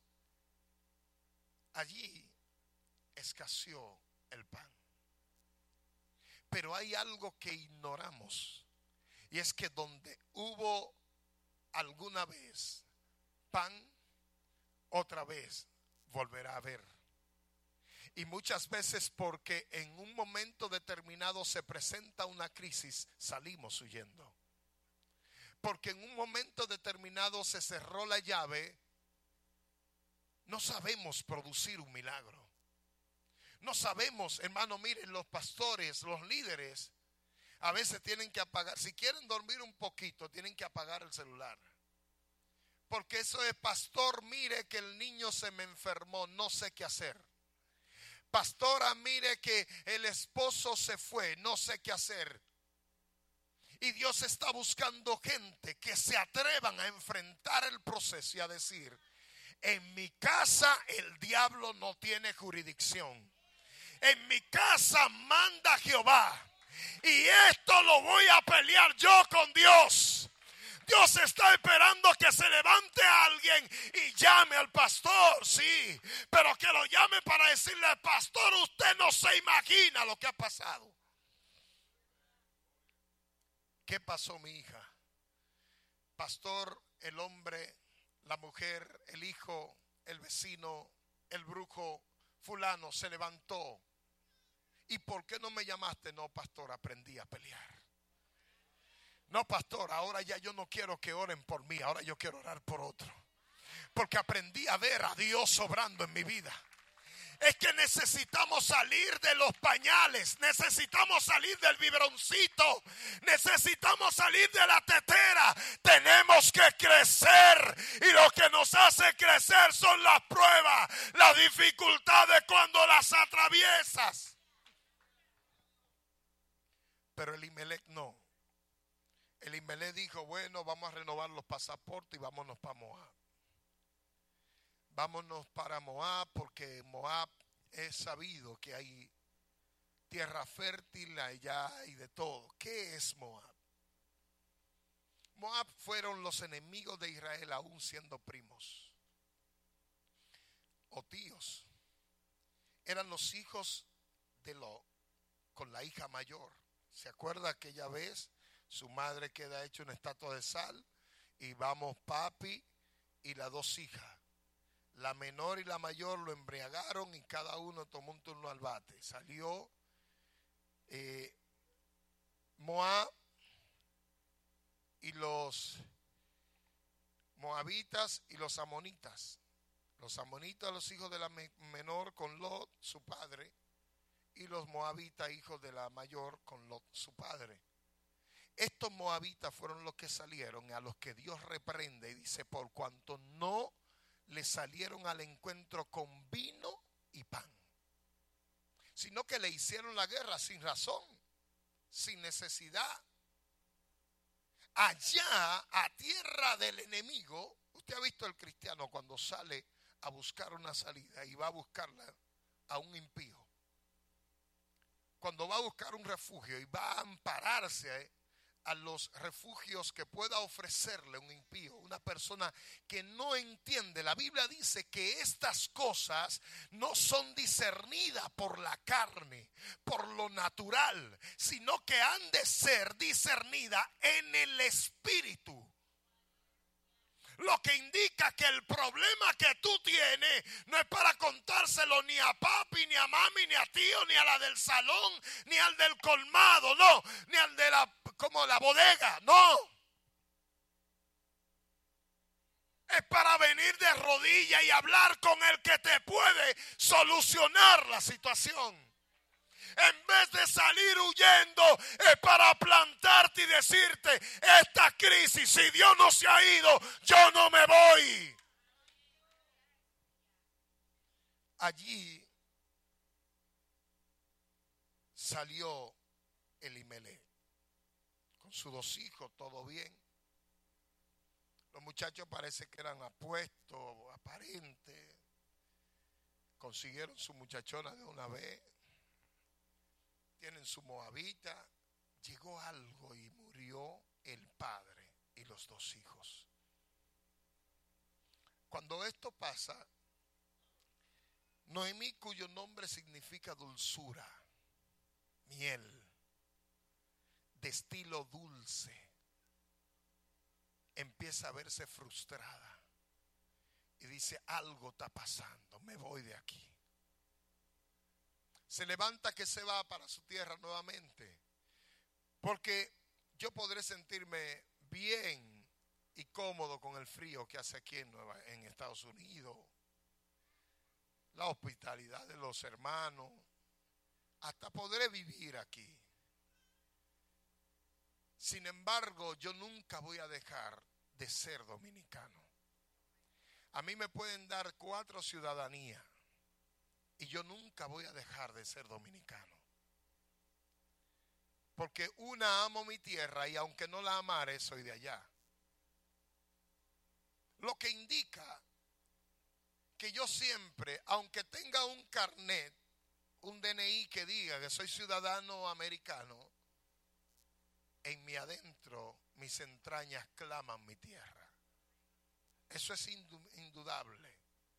Allí escaseó el pan. Pero hay algo que ignoramos, y es que donde hubo alguna vez pan, otra vez volverá a haber. Y muchas veces porque en un momento determinado se presenta una crisis, salimos huyendo. Porque en un momento determinado se cerró la llave, no sabemos producir un milagro. No sabemos, hermano, miren, los pastores, los líderes, a veces tienen que apagar, si quieren dormir un poquito, tienen que apagar el celular. Porque eso es, pastor, mire que el niño se me enfermó, no sé qué hacer. Pastora, mire que el esposo se fue, no sé qué hacer. Y Dios está buscando gente que se atrevan a enfrentar el proceso y a decir: en mi casa el diablo no tiene jurisdicción. En mi casa manda Jehová. Y esto lo voy a pelear yo con Dios. Dios está esperando que se levante alguien y llame al pastor, sí, pero que lo llame para decirle: pastor, usted no se imagina lo que ha pasado. ¿Qué pasó, mi hija? Pastor, el hombre, la mujer, el hijo, el vecino, el brujo, fulano se levantó. ¿Y por qué no me llamaste? No, pastor, aprendí a pelear. No, pastor, ahora ya yo no quiero que oren por mí, ahora yo quiero orar por otro. Porque aprendí a ver a Dios obrando en mi vida. Es que necesitamos salir de los pañales, necesitamos salir del biberoncito, necesitamos salir de la tetera. Tenemos que crecer, y lo que nos hace crecer son las pruebas, las dificultades cuando las atraviesas. Pero Elimelec no. Elimelec dijo: bueno, vamos a renovar los pasaportes y vámonos para Moab. Vámonos para Moab, porque Moab es sabido que hay tierra fértil allá y de todo. ¿Qué es Moab? Moab fueron los enemigos de Israel aún siendo primos o tíos. Eran los hijos de Lot con la hija mayor. ¿Se acuerda aquella vez? Su madre queda hecha una estatua de sal y vamos papi y las dos hijas. La menor y la mayor lo embriagaron y cada uno tomó un turno al bate. Salió Moab y los moabitas y los amonitas. Los amonitas, los hijos de la menor con Lot, su padre, y los moabitas, hijos de la mayor con Lot, su padre. Estos moabitas fueron los que salieron, a los que Dios reprende y dice: por cuanto no le salieron al encuentro con vino y pan, sino que le hicieron la guerra sin razón, sin necesidad. allá a tierra del enemigo. Usted ha visto el cristiano cuando sale a buscar una salida y va a buscarla a un impío. Cuando va a buscar un refugio y va a ampararse a los refugios que pueda ofrecerle un impío, una persona que no entiende. La Biblia dice que estas cosas no son discernidas por la carne, por lo natural, sino que han de ser discernidas en el espíritu. Lo que indica que el problema que tú tienes no es para contárselo ni a papi, ni a mami, ni a tío, ni a la del salón, ni al del colmado, no, ni al de la bodega, no. Es para venir de rodillas y hablar con el que te puede solucionar la situación. En vez de salir huyendo, es para plantarte y decirte: esta crisis, si Dios no se ha ido, yo no me voy. Allí salió Elimelech con sus 2 hijos, todo bien. Los muchachos parece que eran apuestos, aparentes. Consiguieron su muchachona de una vez. Tienen su moabita. Llegó algo y murió el padre y los 2 hijos. Cuando esto pasa, Noemí, cuyo nombre significa dulzura, miel, destilo dulce, empieza a verse frustrada y dice: algo está pasando, me voy de aquí. Se levanta que se va para su tierra nuevamente, porque yo podré sentirme bien y cómodo con el frío que hace aquí en Estados Unidos, la hospitalidad de los hermanos, hasta podré vivir aquí. Sin embargo, yo nunca voy a dejar de ser dominicano. A mí me pueden dar 4 ciudadanías y yo nunca voy a dejar de ser dominicano. Porque amo mi tierra y aunque no la amare, soy de allá. Lo que indica que yo siempre, aunque tenga un carnet, un DNI que diga que soy ciudadano americano, en mi adentro, mis entrañas claman mi tierra. Eso es indudable.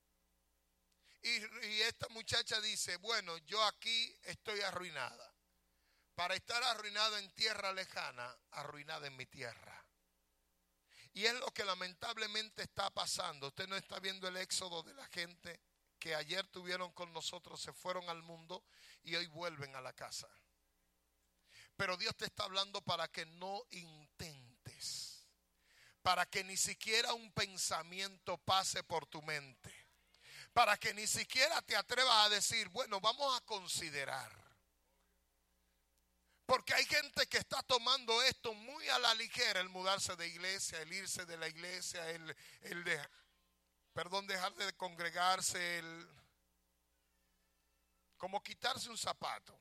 Y esta muchacha dice: bueno, yo aquí estoy arruinada. Para estar arruinada en tierra lejana, arruinada en mi tierra. Y es lo que lamentablemente está pasando. Usted no está viendo el éxodo de la gente que ayer tuvieron con nosotros, se fueron al mundo y hoy vuelven a la casa. Pero Dios te está hablando para que no intentes, para que ni siquiera un pensamiento pase por tu mente, para que ni siquiera te atrevas a decir: bueno, vamos a considerar. Porque hay gente que está tomando esto muy a la ligera, el mudarse de iglesia, el irse de la iglesia, dejar de congregarse, como quitarse un zapato.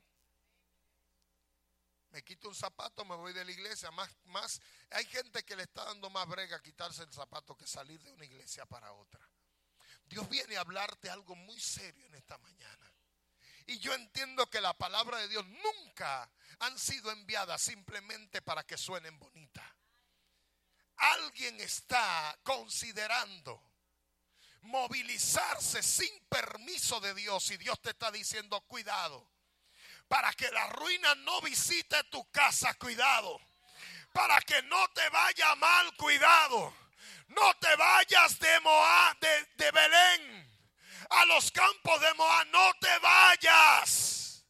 Me quito un zapato, me voy de la iglesia. Más, hay gente que le está dando más brega quitarse el zapato que salir de una iglesia para otra. Dios viene a hablarte algo muy serio en esta mañana. Y yo entiendo que la palabra de Dios nunca han sido enviadas simplemente para que suenen bonitas. Alguien está considerando movilizarse sin permiso de Dios y Dios te está diciendo: cuidado. Para que la ruina no visite tu casa, cuidado. Para que no te vaya mal, cuidado. No te vayas de Moab, de Belén a los campos de Moab, no te vayas.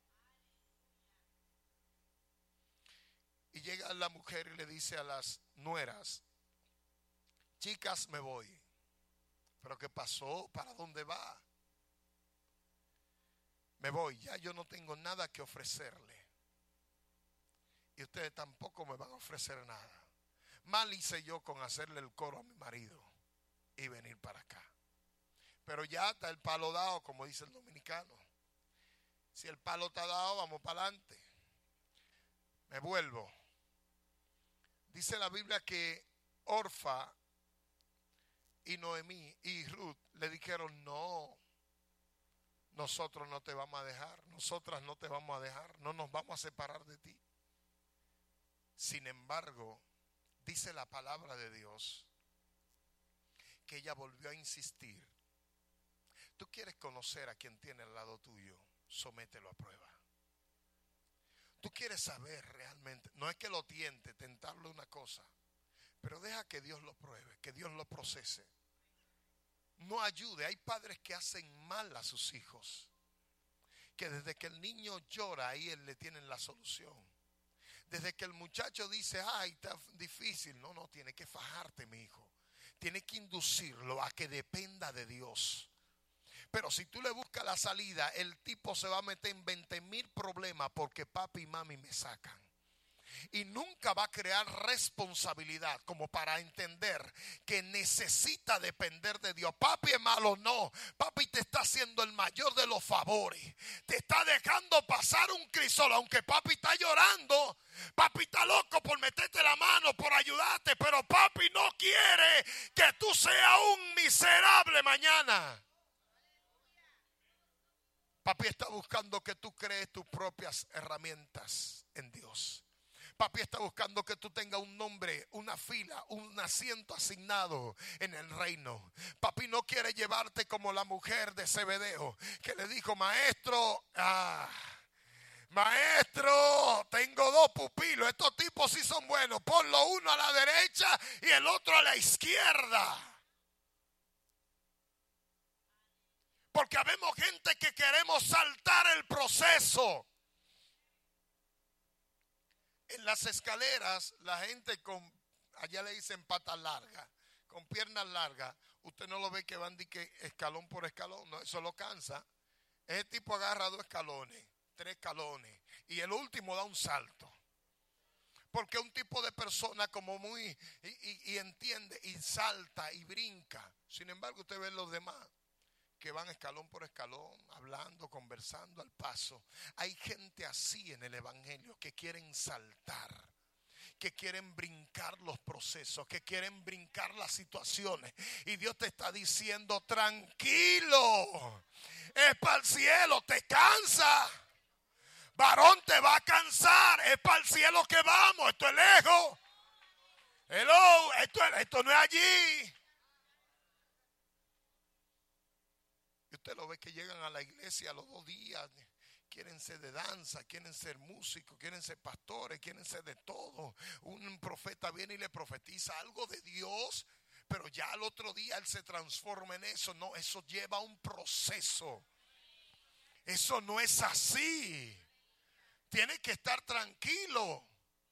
Y llega la mujer y le dice a las nueras: chicas, me voy. ¿Pero qué pasó? ¿Para dónde va? Me voy, ya yo no tengo nada que ofrecerle. Y ustedes tampoco me van a ofrecer nada. Mal hice yo con hacerle el coro a mi marido y venir para acá. Pero ya está el palo dado, como dice el dominicano. Si el palo está dado, vamos para adelante. Me vuelvo. Dice la Biblia que Orfa y Noemí y Ruth le dijeron: no, nosotros no te vamos a dejar, nosotras no te vamos a dejar, no nos vamos a separar de ti. Sin embargo, dice la palabra de Dios que ella volvió a insistir. Tú quieres conocer a quien tiene al lado tuyo, somételo a prueba. Tú quieres saber realmente, no es que lo tiente, tentarle una cosa, pero deja que Dios lo pruebe, que Dios lo procese. No ayude. Hay padres que hacen mal a sus hijos, que desde que el niño llora, ahí él le tienen la solución. Desde que el muchacho dice: ay, está difícil. No, tiene que fajarte, mi hijo. Tiene que inducirlo a que dependa de Dios. Pero si tú le buscas la salida, el tipo se va a meter en 20,000 problemas porque papi y mami me sacan. Y nunca va a crear responsabilidad como para entender que necesita depender de Dios. Papi es malo, no. Papi te está haciendo el mayor de los favores. Te está dejando pasar un crisol, aunque papi está llorando. Papi está loco por meterte la mano, por ayudarte. Pero papi no quiere que tú seas un miserable mañana. Papi está buscando que tú crees tus propias herramientas en Dios. Papi está buscando que tú tengas un nombre, una fila, un asiento asignado en el reino. Papi no quiere llevarte como la mujer de Zebedeo, que le dijo: maestro, tengo 2 pupilos, estos tipos sí son buenos, ponlo uno a la derecha y el otro a la izquierda. Porque habemos gente que queremos saltar el proceso. En las escaleras, la gente allá le dicen patas largas, con piernas largas, usted no lo ve que van de que escalón por escalón, no, eso lo cansa. Ese tipo agarra 2 escalones, 3 escalones, y el último da un salto. Porque un tipo de persona como muy, y entiende, y salta, y brinca. Sin embargo, usted ve los demás que van escalón por escalón, hablando, conversando al paso. Hay gente así en el evangelio que quieren saltar, que quieren brincar los procesos, que quieren brincar las situaciones. Y Dios te está diciendo: tranquilo, es para el cielo, te cansa. Varón, te va a cansar, es para el cielo que vamos, esto es lejos. Hello, esto no es allí. Y usted lo ve que llegan a la iglesia a los 2 días, quieren ser de danza, quieren ser músicos, quieren ser pastores, quieren ser de todo. Un profeta viene y le profetiza algo de Dios, pero ya al otro día él se transforma en eso. No, eso lleva un proceso. Eso no es así. Tiene que estar tranquilo.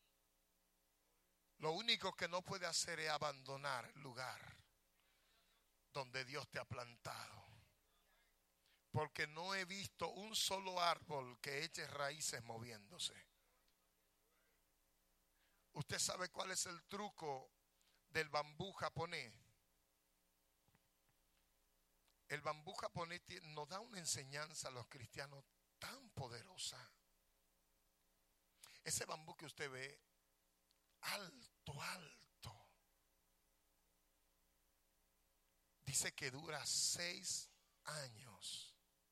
Lo único que no puede hacer es abandonar el lugar donde Dios te ha plantado. Porque no he visto un solo árbol que eche raíces moviéndose. ¿Usted sabe cuál es el truco del bambú japonés? El bambú japonés nos da una enseñanza a los cristianos tan poderosa. Ese bambú que usted ve, alto, dice que dura 6 años.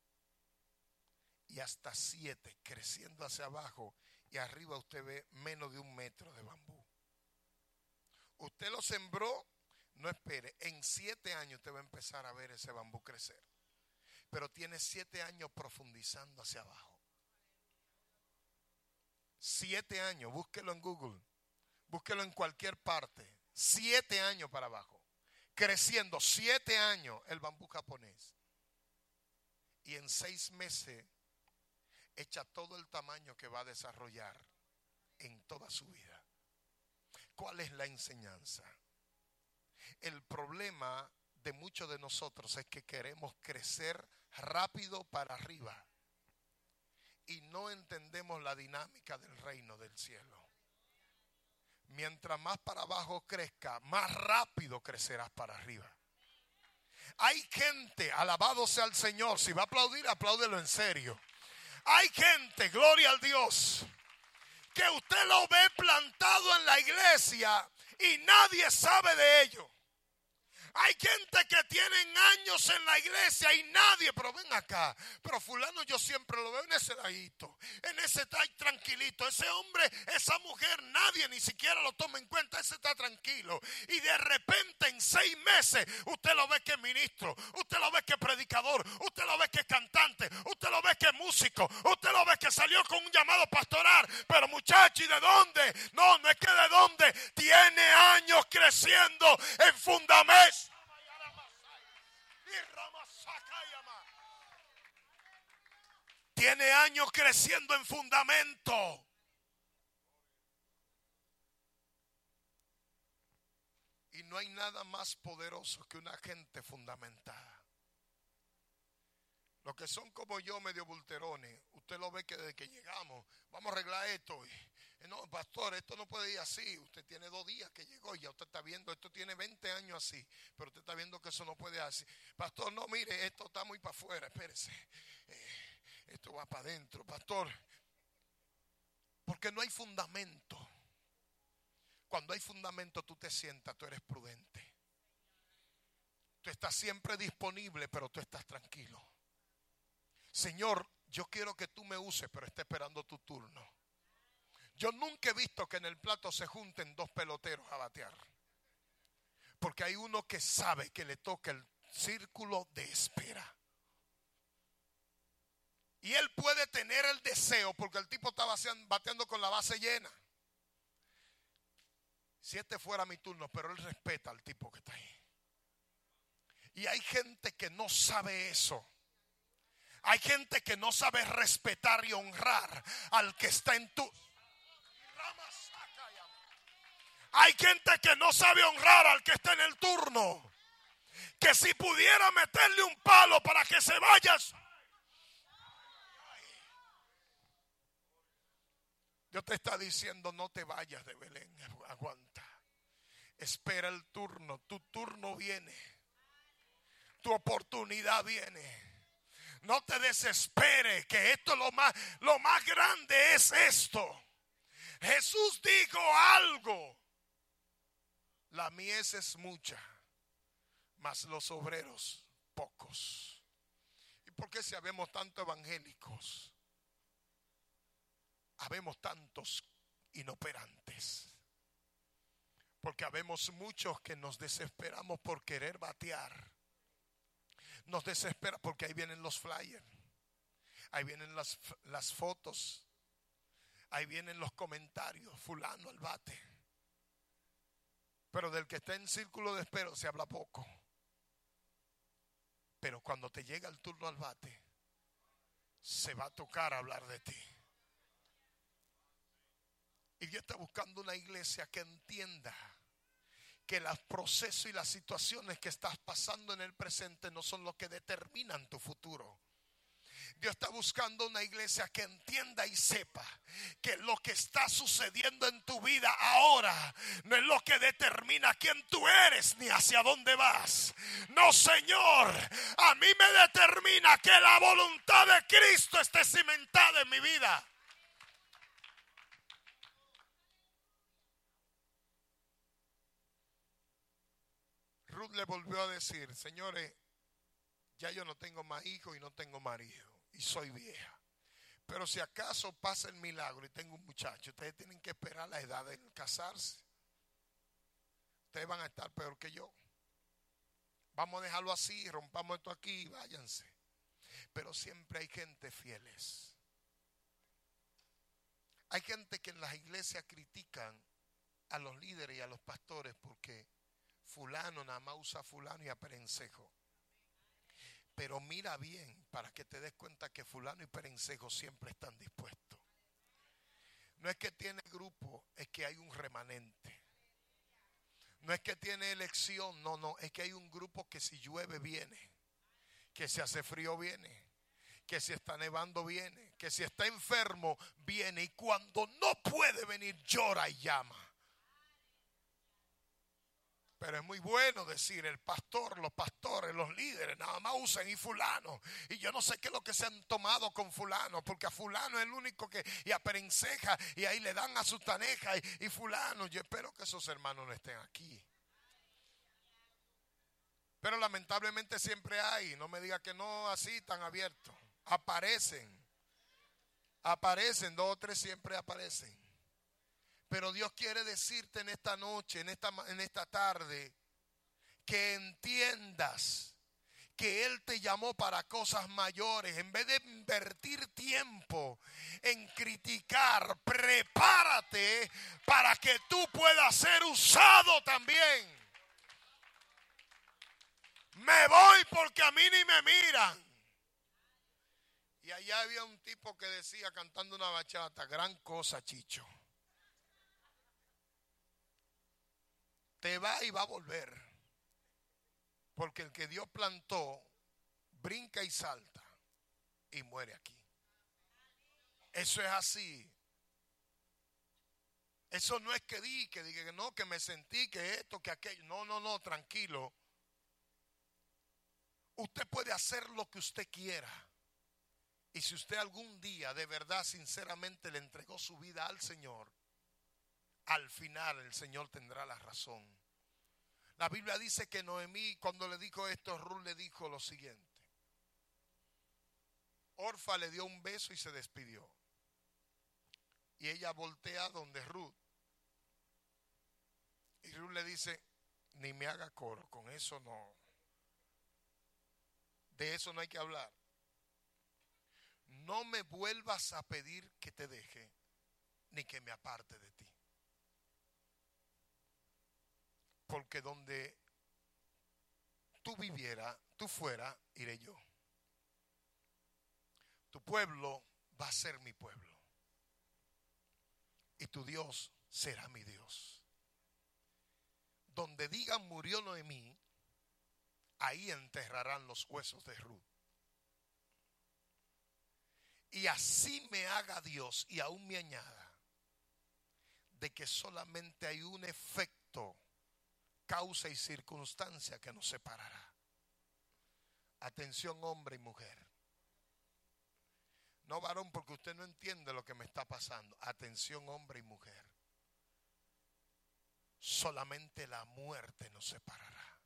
Y hasta 7, creciendo hacia abajo, y arriba usted ve menos de 1 metro de bambú. Usted lo sembró, no espere, en 7 años usted va a empezar a ver ese bambú crecer. Pero tiene 7 años profundizando hacia abajo. 7 años, búsquelo en Google, búsquelo en cualquier parte. 7 años para abajo, creciendo 7 años el bambú japonés. Y en 6 meses echa todo el tamaño que va a desarrollar en toda su vida. ¿Cuál es la enseñanza? El problema de muchos de nosotros es que queremos crecer rápido para arriba y no entendemos la dinámica del reino del cielo. Mientras más para abajo crezca, más rápido crecerás para arriba. Hay gente, alabado sea el Señor, si va a aplaudir, apláudelo en serio. Hay gente, gloria al Dios, que usted lo ve plantado en la iglesia y nadie sabe de ello. Hay gente que tienen años en la iglesia y nadie, pero ven acá, pero fulano yo siempre lo veo en ese ladito, en ese está tranquilito, ese hombre, esa mujer, nadie ni siquiera lo toma en cuenta, ese está tranquilo. Y de repente en 6 meses usted lo ve que es ministro, usted lo ve que es predicador, usted lo ve que es cantante, usted lo ve que es músico, usted lo ve que salió con un llamado pastoral. Pero muchacho, ¿y de dónde? No es que de dónde, tiene años creciendo en fundamento. Tiene años creciendo en fundamento. Y no hay nada más poderoso que una gente fundamentada. Los que son como yo, medio bulterones, usted lo ve que desde que llegamos, vamos a arreglar esto. No, pastor, esto no puede ir así. Usted tiene 2 días que llegó y ya usted está viendo, esto tiene 20 años así, pero usted está viendo que eso no puede ir así. Pastor, no, mire, esto está muy para afuera, espérese. Esto va para adentro, pastor. Porque no hay fundamento. Cuando hay fundamento, tú te sientas, tú eres prudente. Tú estás siempre disponible, pero tú estás tranquilo. Señor, yo quiero que tú me uses, pero está esperando tu turno. Yo nunca he visto que en el plato se junten 2 peloteros a batear. Porque hay uno que sabe que le toca el círculo de espera. Y él puede tener el deseo, porque el tipo está bateando con la base llena. Si este fuera mi turno, pero él respeta al tipo que está ahí. Y hay gente que no sabe eso. Hay gente que no sabe respetar y honrar al que está en tu... Hay gente que no sabe honrar al que está en el turno. Que si pudiera meterle un palo para que se vaya... Dios te está diciendo, no te vayas de Belén, aguanta. Espera el turno, tu turno viene. Tu oportunidad viene. No te desesperes, que esto lo más grande es esto. Jesús dijo algo. La mies es mucha, mas los obreros pocos. ¿Y por qué si habemos tantos evangélicos? Habemos tantos inoperantes. Porque habemos muchos que nos desesperamos por querer batear. Nos desespera porque ahí vienen los flyers. Ahí vienen las fotos. Ahí vienen los comentarios. Fulano al bate. Pero del que está en círculo de espera se habla poco. Pero cuando te llega el turno al bate, se va a tocar hablar de ti. Y Dios está buscando una iglesia que entienda que los procesos y las situaciones que estás pasando en el presente no son los que determinan tu futuro. Dios está buscando una iglesia que entienda y sepa que lo que está sucediendo en tu vida ahora no es lo que determina quién tú eres ni hacia dónde vas. No, Señor, a mí me determina que la voluntad de Cristo esté cimentada en mi vida. Ruth le volvió a decir, señores, ya yo no tengo más hijos y no tengo marido y soy vieja. Pero si acaso pasa el milagro y tengo un muchacho, ustedes tienen que esperar la edad de casarse. Ustedes van a estar peor que yo. Vamos a dejarlo así, rompamos esto aquí y váyanse. Pero siempre hay gente fieles. Hay gente que en las iglesias critican a los líderes y a los pastores porque fulano nada más usa fulano y a perencejo. Pero mira bien para que te des cuenta que fulano y perencejo siempre están dispuestos. No es que tiene grupo, es que hay un remanente. No es que tiene elección, no, es que hay un grupo que si llueve viene, que si hace frío viene, que si está nevando viene, que si está enfermo viene y cuando no puede venir llora y llama. Pero es muy bueno decir el pastor, los pastores, los líderes, nada más usan y fulano. Y yo no sé qué es lo que se han tomado con fulano, porque a fulano es el único que y aperenceja y ahí le dan a su taneja y fulano. Yo espero que esos hermanos no estén aquí. Pero lamentablemente siempre hay, no me diga que no así tan abierto. Aparecen, 2 o 3 siempre aparecen. Pero Dios quiere decirte en esta noche, en esta tarde, que entiendas que Él te llamó para cosas mayores. En vez de invertir tiempo en criticar, prepárate para que tú puedas ser usado también. Me voy porque a mí ni me miran. Y allá había un tipo que decía cantando una bachata, gran cosa, Chicho. Te va y va a volver. Porque el que Dios plantó, brinca y salta y muere aquí. Eso es así. Eso no es que diga que no, que me sentí, que esto, que aquello. No, tranquilo. Usted puede hacer lo que usted quiera. Y si usted algún día de verdad, sinceramente le entregó su vida al Señor, al final el Señor tendrá la razón. La Biblia dice que Noemí, cuando le dijo esto, Ruth le dijo lo siguiente. Orfa le dio un beso y se despidió. Y ella voltea donde Ruth. Y Ruth le dice, ni me haga coro, con eso no. De eso no hay que hablar. No me vuelvas a pedir que te deje, ni que me aparte de ti. Porque donde tú vivieras, tú fueras, iré yo. Tu pueblo va a ser mi pueblo. Y tu Dios será mi Dios. Donde digan murió Noemí, ahí enterrarán los huesos de Ruth. Y así me haga Dios y aún me añada de que solamente hay un efecto, causa y circunstancia que nos separará. Atención, hombre y mujer. No, varón, porque usted no entiende lo que me está pasando. Atención, hombre y mujer. Solamente la muerte nos separará.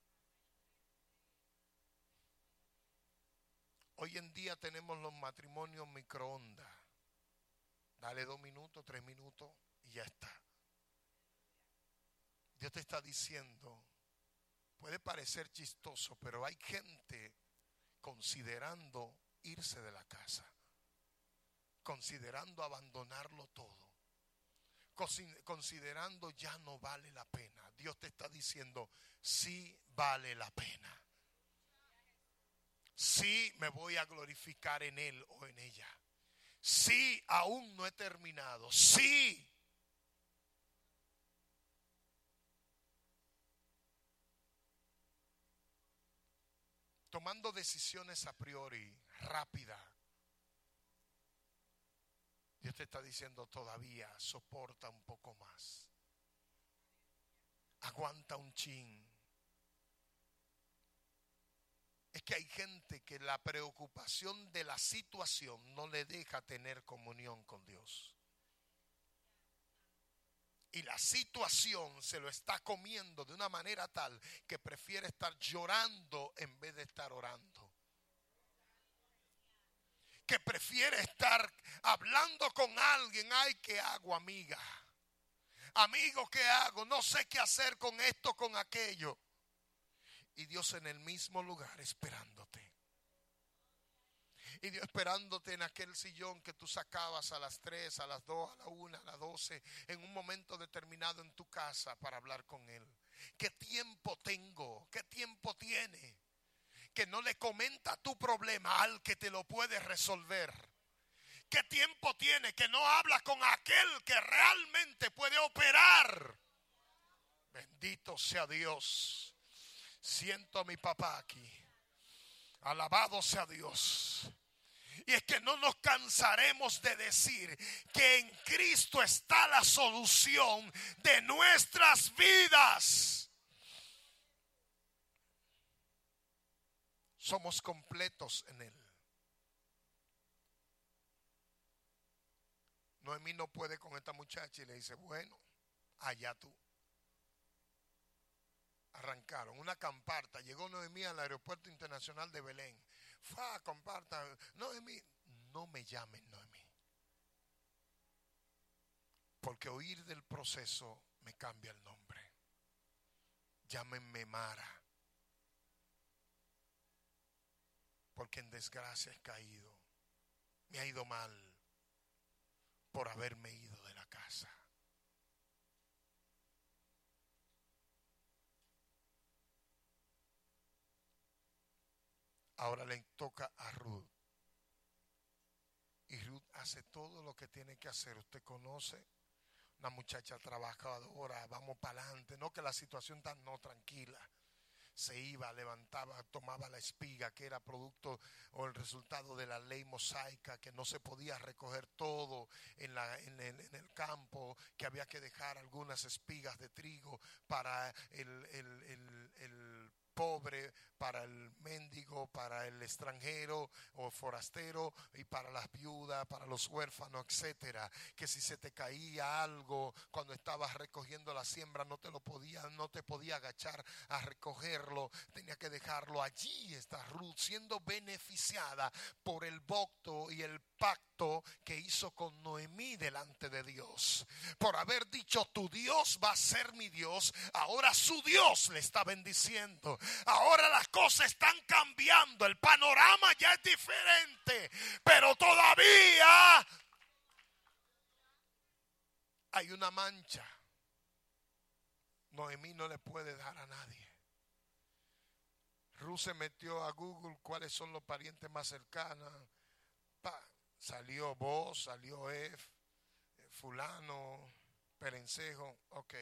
Hoy en día tenemos los matrimonios microondas. Dale 2 minutos, 3 minutos y ya está. Dios te está diciendo, puede parecer chistoso, pero hay gente considerando irse de la casa, considerando abandonarlo todo, considerando ya no vale la pena. Dios te está diciendo, sí vale la pena. Sí me voy a glorificar en él o en ella. Sí, aún no he terminado. Sí. Tomando decisiones a priori, rápida. Dios te está diciendo todavía, soporta un poco más. Aguanta un chin. Es que hay gente que la preocupación de la situación no le deja tener comunión con Dios. Y la situación se lo está comiendo de una manera tal que prefiere estar llorando en vez de estar orando. Que prefiere estar hablando con alguien. Ay, ¿qué hago, amiga? Amigo, ¿qué hago? No sé qué hacer con esto, con aquello. Y Dios en el mismo lugar esperándote. Y Dios esperándote en aquel sillón que tú sacabas a las 3, a las 2, a la 1, a las 12, en un momento determinado en tu casa para hablar con Él. ¿Qué tiempo tengo? ¿Qué tiempo tiene? Que no le comenta tu problema al que te lo puede resolver. ¿Qué tiempo tiene? Que no habla con aquel que realmente puede operar. Bendito sea Dios. Siento a mi papá aquí. Alabado sea Dios. Y es que no nos cansaremos de decir que en Cristo está la solución de nuestras vidas. Somos completos en Él. Noemí no puede con esta muchacha y le dice, bueno, allá tú. Arrancaron una camparta. Llegó Noemí al aeropuerto internacional de Belén. Comparta. Noemí, no me llamen Noemí. Porque oír del proceso me cambia el nombre. Llámenme Mara. Porque en desgracia he caído. Me ha ido mal por haberme ido de la casa. Ahora le toca a Ruth. Y Ruth hace todo lo que tiene que hacer. Usted conoce, una muchacha trabajadora, vamos para adelante. No que la situación tan no tranquila. Se iba, levantaba, tomaba la espiga, que era producto o el resultado de la ley mosaica, que no se podía recoger todo en el campo, que había que dejar algunas espigas de trigo para el pobre, para el mendigo, para el extranjero o forastero, y para las viudas, para los huérfanos, etcétera. Que si se te caía algo cuando estabas recogiendo la siembra, no te podía agachar a recogerlo, tenía que dejarlo. Allí está Ruth siendo beneficiada por el voto y el pacto que hizo con Noemí delante de Dios. Por haber dicho, tu Dios va a ser mi Dios, ahora su Dios le está bendiciendo. Ahora las cosas están cambiando, el panorama ya es diferente, pero todavía hay una mancha. Noemí no le puede dar a nadie. Ruth se metió a Google cuáles son los parientes más cercanos. Salió Boaz, salió fulano, Perencejo. Ok.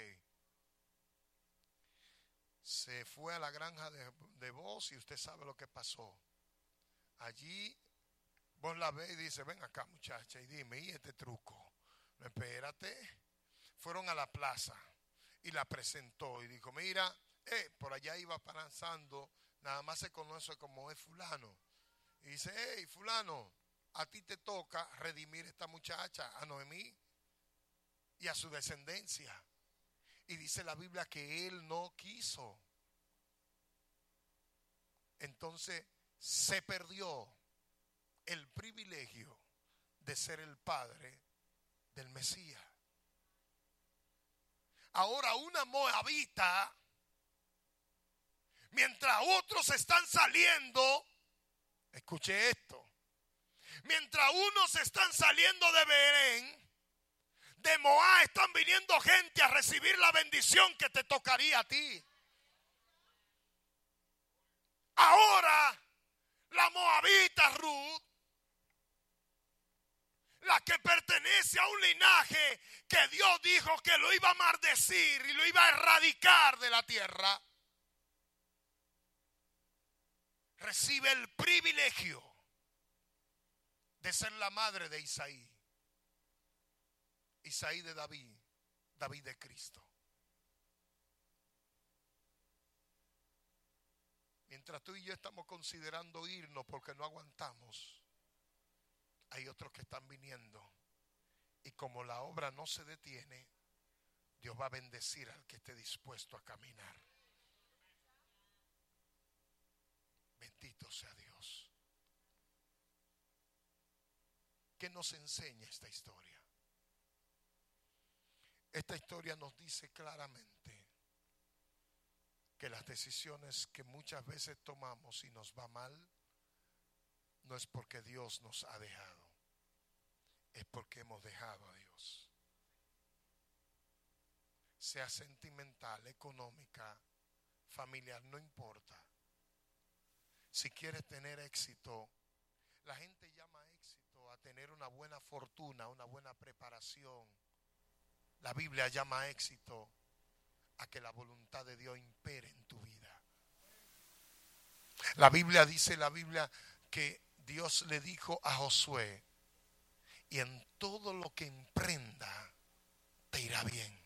Se fue a la granja de Boaz y usted sabe lo que pasó. Allí vos la ves y dice, ven acá muchacha y dime, ¿y este truco? No, espérate. Fueron a la plaza y la presentó y dijo, mira, por allá iba pasando, nada más se conoce como es fulano. Y dice, hey fulano, a ti te toca redimir esta muchacha, a Noemí y a su descendencia. Y dice la Biblia que él no quiso. Entonces se perdió el privilegio de ser el padre del Mesías. Ahora una moabita, mientras otros están saliendo, escuche esto, mientras unos están saliendo de Belén, de Moab están viniendo gente a recibir la bendición que te tocaría a ti. Ahora la moabita Ruth, la que pertenece a un linaje que Dios dijo que lo iba a maldecir y lo iba a erradicar de la tierra, recibe el privilegio de ser la madre de Isaí. Isaí de David, David de Cristo. Mientras tú y yo estamos considerando irnos porque no aguantamos, hay otros que están viniendo. Y como la obra no se detiene, Dios va a bendecir al que esté dispuesto a caminar. Bendito sea Dios. ¿Qué nos enseña esta historia? Esta historia nos dice claramente que las decisiones que muchas veces tomamos y nos va mal, no es porque Dios nos ha dejado, es porque hemos dejado a Dios. Sea sentimental, económica, familiar, no importa. Si quieres tener éxito, la gente llama éxito a tener una buena fortuna, una buena preparación. La Biblia llama éxito a que la voluntad de Dios impere en tu vida. La Biblia dice, que Dios le dijo a Josué, y en todo lo que emprenda te irá bien.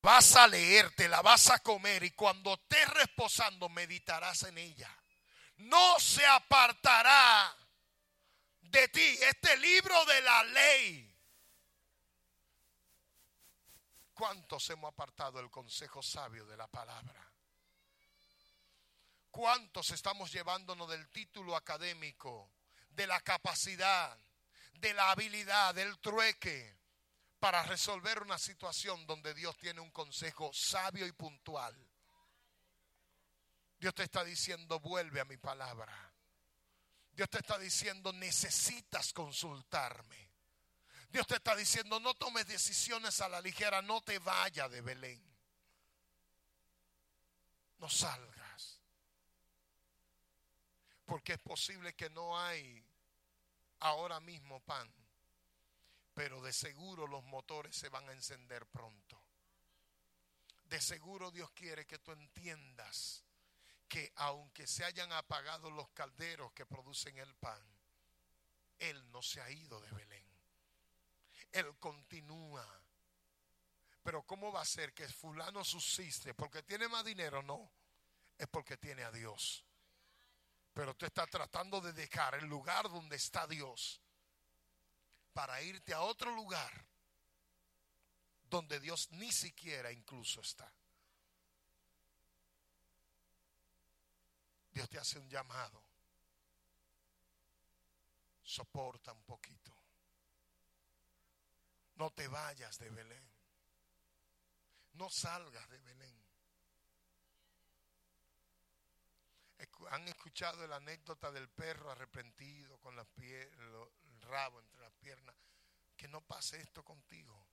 Vas a leer, te la vas a comer y cuando estés reposando meditarás en ella. No se apartará de ti este libro de la ley. ¿Cuántos hemos apartado el consejo sabio de la palabra? ¿Cuántos estamos llevándonos del título académico, de la capacidad, de la habilidad, del trueque, para resolver una situación donde Dios tiene un consejo sabio y puntual? Dios te está diciendo, vuelve a mi palabra. Dios te está diciendo, necesitas consultarme. Dios te está diciendo, no tomes decisiones a la ligera, no te vayas de Belén. No salgas. Porque es posible que no hay ahora mismo pan, pero de seguro los motores se van a encender pronto. De seguro Dios quiere que tú entiendas que aunque se hayan apagado los calderos que producen el pan, Él no se ha ido de Belén. Él continúa. Pero ¿cómo va a ser que fulano subsiste? ¿Porque tiene más dinero? No, es porque tiene a Dios. Pero tú estás tratando de dejar el lugar donde está Dios para irte a otro lugar donde Dios ni siquiera incluso está. Dios te hace un llamado. Soporta un poquito. No te vayas de Belén. No salgas de Belén. ¿Han escuchado la anécdota del perro arrepentido con el rabo entre las piernas? Que no pase esto contigo.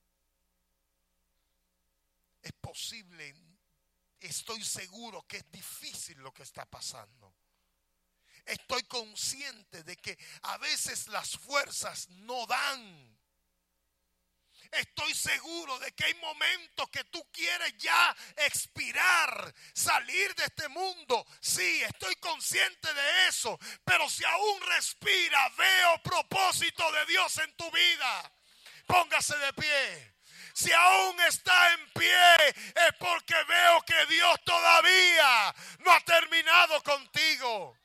Es posible, estoy seguro que es difícil lo que está pasando. Estoy consciente de que a veces las fuerzas no dan. Estoy seguro de que hay momentos que tú quieres ya expirar, salir de este mundo. Sí, estoy consciente de eso. Pero si aún respira, veo propósito de Dios en tu vida. Póngase de pie. Si aún está en pie, es porque veo que Dios todavía no ha terminado contigo.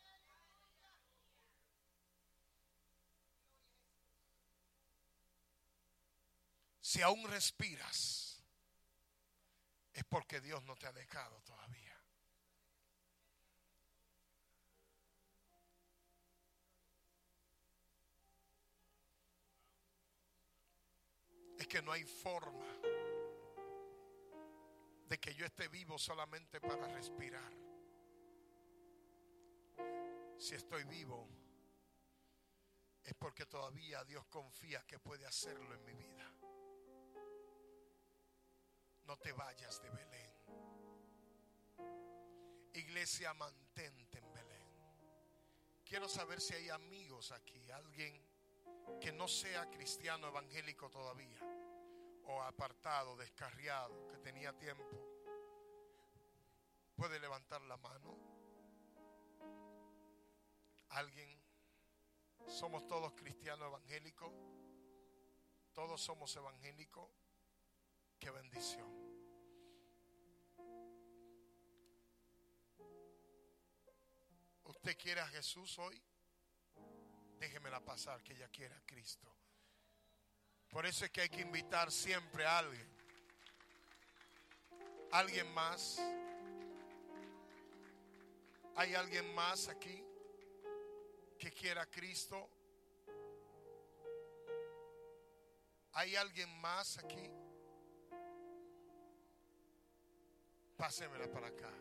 Si aún respiras, es porque Dios no te ha dejado todavía. Es que no hay forma de que yo esté vivo solamente para respirar. Si estoy vivo, es porque todavía Dios confía que puede hacerlo en mi vida. No te vayas de Belén. Iglesia, mantente en Belén. Quiero saber si hay amigos aquí, alguien que no sea cristiano evangélico todavía, o apartado, descarriado, que tenía tiempo. ¿Puede levantar la mano? ¿Alguien? ¿Somos todos cristianos evangélicos? ¿Todos somos evangélicos? ¡Qué bendición! ¿Usted quiere a Jesús hoy? Déjemela pasar, que ella quiere a Cristo. Por eso es que hay que invitar siempre a alguien. ¿Alguien más? ¿Hay alguien más aquí que quiera a Cristo? ¿Hay alguien más aquí? Pásemela para acá.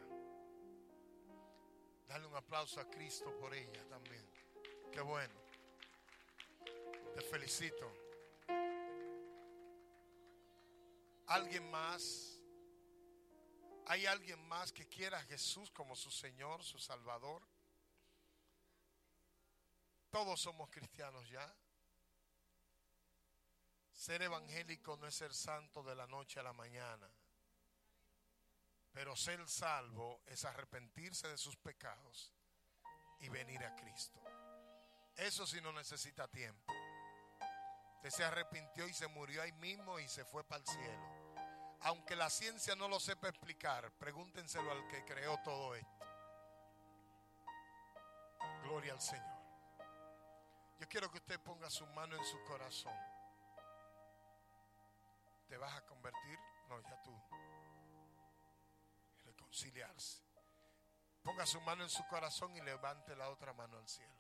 Dale un aplauso a Cristo por ella también. Qué bueno. Te felicito. ¿Alguien más? ¿Hay alguien más que quiera a Jesús como su Señor, su Salvador? Todos somos cristianos ya. Ser evangélico no es ser santo de la noche a la mañana. Pero ser salvo es arrepentirse de sus pecados y venir a Cristo. Eso sí no necesita tiempo. Usted se arrepintió y se murió ahí mismo y se fue para el cielo. Aunque la ciencia no lo sepa explicar, pregúntenselo al que creó todo esto. Gloria al Señor. Yo quiero que usted ponga su mano en su corazón. ¿Te vas a convertir? No, ya tú. Reconciliarse. Ponga su mano en su corazón y levante la otra mano al cielo.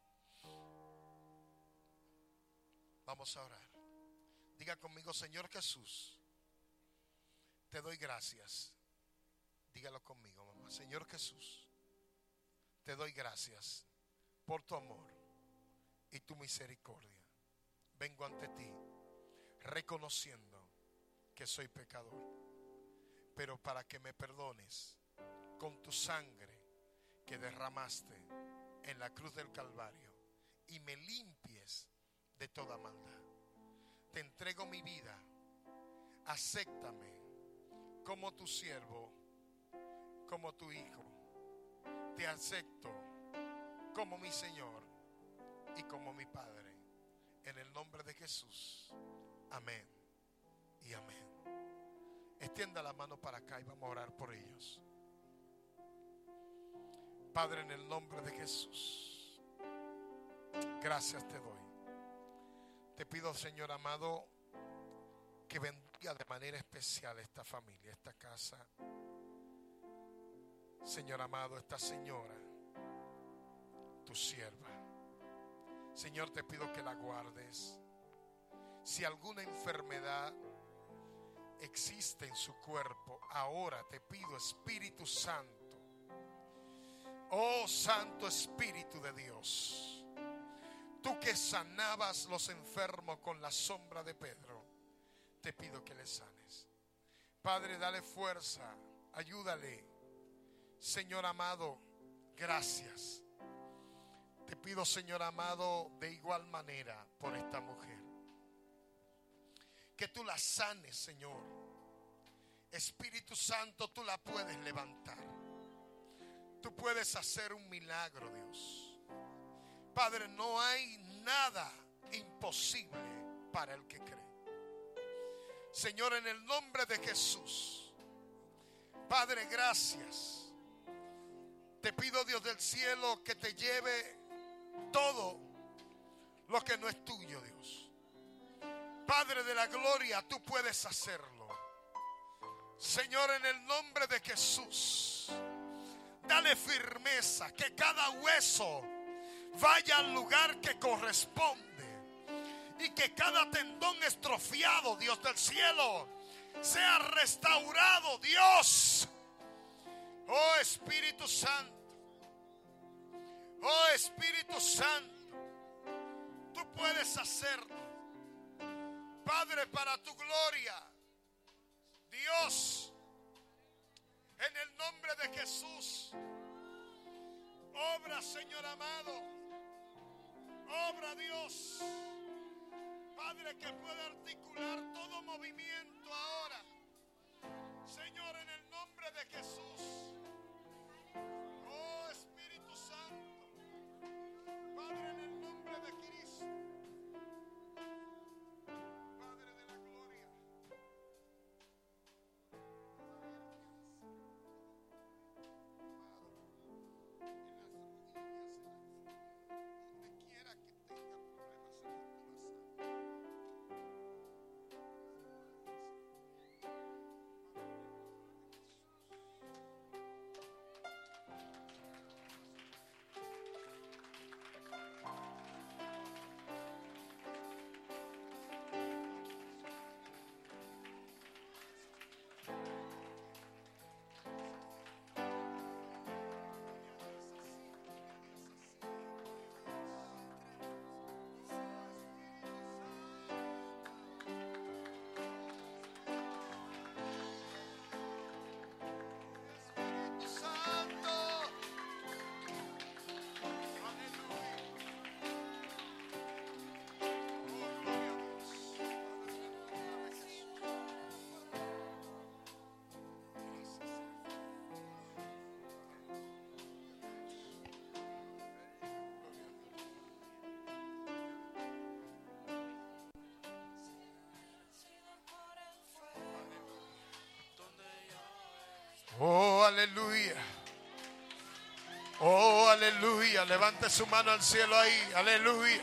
Vamos a orar. Diga conmigo: Señor Jesús, te doy gracias. Dígalo conmigo, mamá. Señor Jesús, te doy gracias por tu amor y tu misericordia. Vengo ante ti reconociendo que soy pecador, pero para que me perdones con tu sangre que derramaste en la cruz del Calvario y me limpies de toda maldad. Te entrego mi vida. Acéptame como tu siervo, como tu hijo. Te acepto como mi Señor y como mi Padre. En el nombre de Jesús. Amén y amén. Extienda la mano para acá y vamos a orar por ellos. Padre, en el nombre de Jesús, gracias te doy. Te pido, Señor amado, que bendiga de manera especial esta familia, esta casa. Señor amado, esta señora, tu sierva. Señor, te pido que la guardes. Si alguna enfermedad existe en su cuerpo, ahora te pido, Espíritu Santo, oh Santo Espíritu de Dios, tú que sanabas los enfermos con la sombra de Pedro, te pido que le sanes. Padre, dale fuerza, ayúdale. Señor amado, gracias. Te pido, Señor amado, de igual manera por esta mujer, que tú la sanes, Señor. Espíritu Santo, tú la puedes levantar. Tú puedes hacer un milagro, Dios. Padre, no hay nada imposible para el que cree. Señor, en el nombre de Jesús, Padre, gracias. Te pido, Dios del cielo, que te lleve todo lo que no es tuyo, Dios. Padre de la gloria, tú puedes hacerlo. Señor, en el nombre de Jesús, dale firmeza, que cada hueso vaya al lugar que corresponde y que cada tendón estrofiado, Dios del cielo, sea restaurado, Dios. Oh Espíritu Santo, oh Espíritu Santo, tú puedes hacerlo, Padre, para tu gloria. Dios, en el nombre de Jesús, obra, Señor amado, obra, Dios. Padre, que pueda articular todo movimiento ahora, Señor, en el nombre de Jesús. Oh Espíritu Santo, Padre, en el nombre de Cristo, Padre de la gloria. Donde quiera que tenga problemas, Señor, tú la sanas. aleluya. Oh, aleluya. Levante su mano al cielo ahí. Aleluya.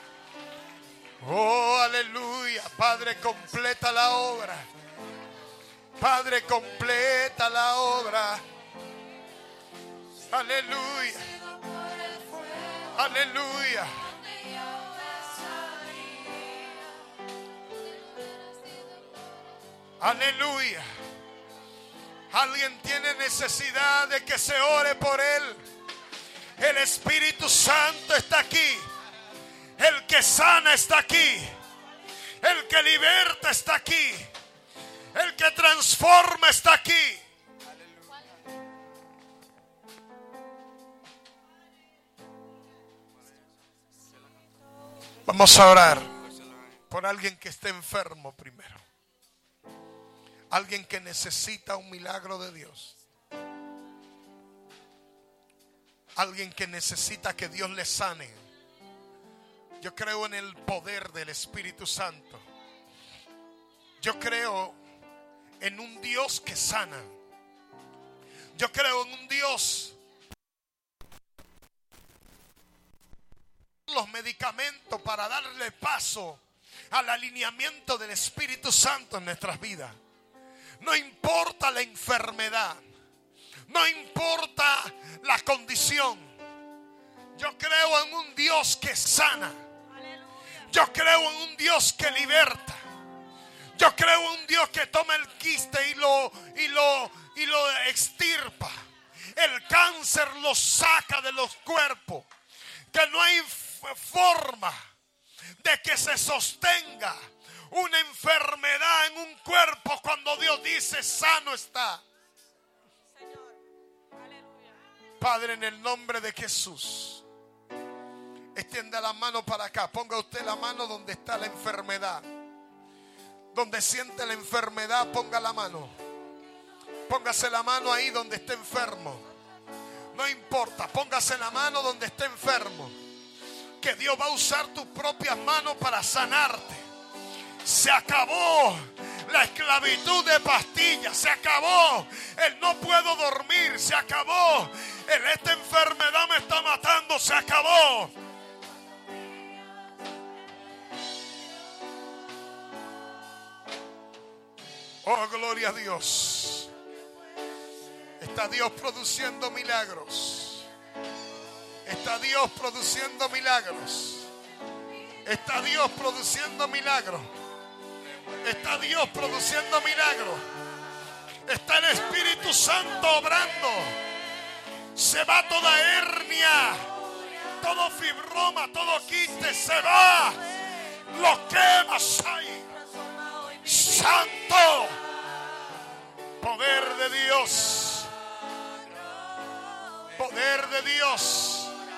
Oh, aleluya. Padre, completa la obra. Padre, completa la obra. Aleluya. Aleluya. Aleluya. Alguien tiene necesidad de que se ore por él. El Espíritu Santo está aquí. El que sana está aquí. El que liberta está aquí. El que transforma está aquí. Vamos a orar por alguien que esté enfermo primero. Alguien que necesita un milagro de Dios. Alguien que necesita que Dios le sane. Yo creo en el poder del Espíritu Santo. Yo creo en un Dios que sana. Yo creo en un Dios. Los medicamentos para darle paso al alineamiento del Espíritu Santo en nuestras vidas. No importa la enfermedad, no importa la condición. Yo creo en un Dios que sana. Yo creo en un Dios que liberta. Yo creo en un Dios que toma el quiste y lo extirpa. El cáncer lo saca de los cuerpos. Que no hay forma de que se sostenga una enfermedad en un cuerpo cuando Dios dice sano está. Padre, en el nombre de Jesús, extienda la mano para acá. Ponga usted la mano donde está la enfermedad. Donde siente la enfermedad, ponga la mano. Póngase la mano ahí donde esté enfermo. No importa, póngase la mano donde esté enfermo. Que Dios va a usar tus propias manos para sanarte. Se acabó la esclavitud de pastillas. Se acabó el no puedo dormir. Se acabó el esta enfermedad me está matando. Se acabó. Oh, gloria a Dios. Está Dios produciendo milagros. Está Dios produciendo milagros. Está Dios produciendo milagros. Está Dios produciendo milagros. Está el Espíritu Santo obrando. Se va toda hernia, todo fibroma, todo quiste. Se va. Lo quemas ahí. Santo. Poder de Dios. Poder de Dios.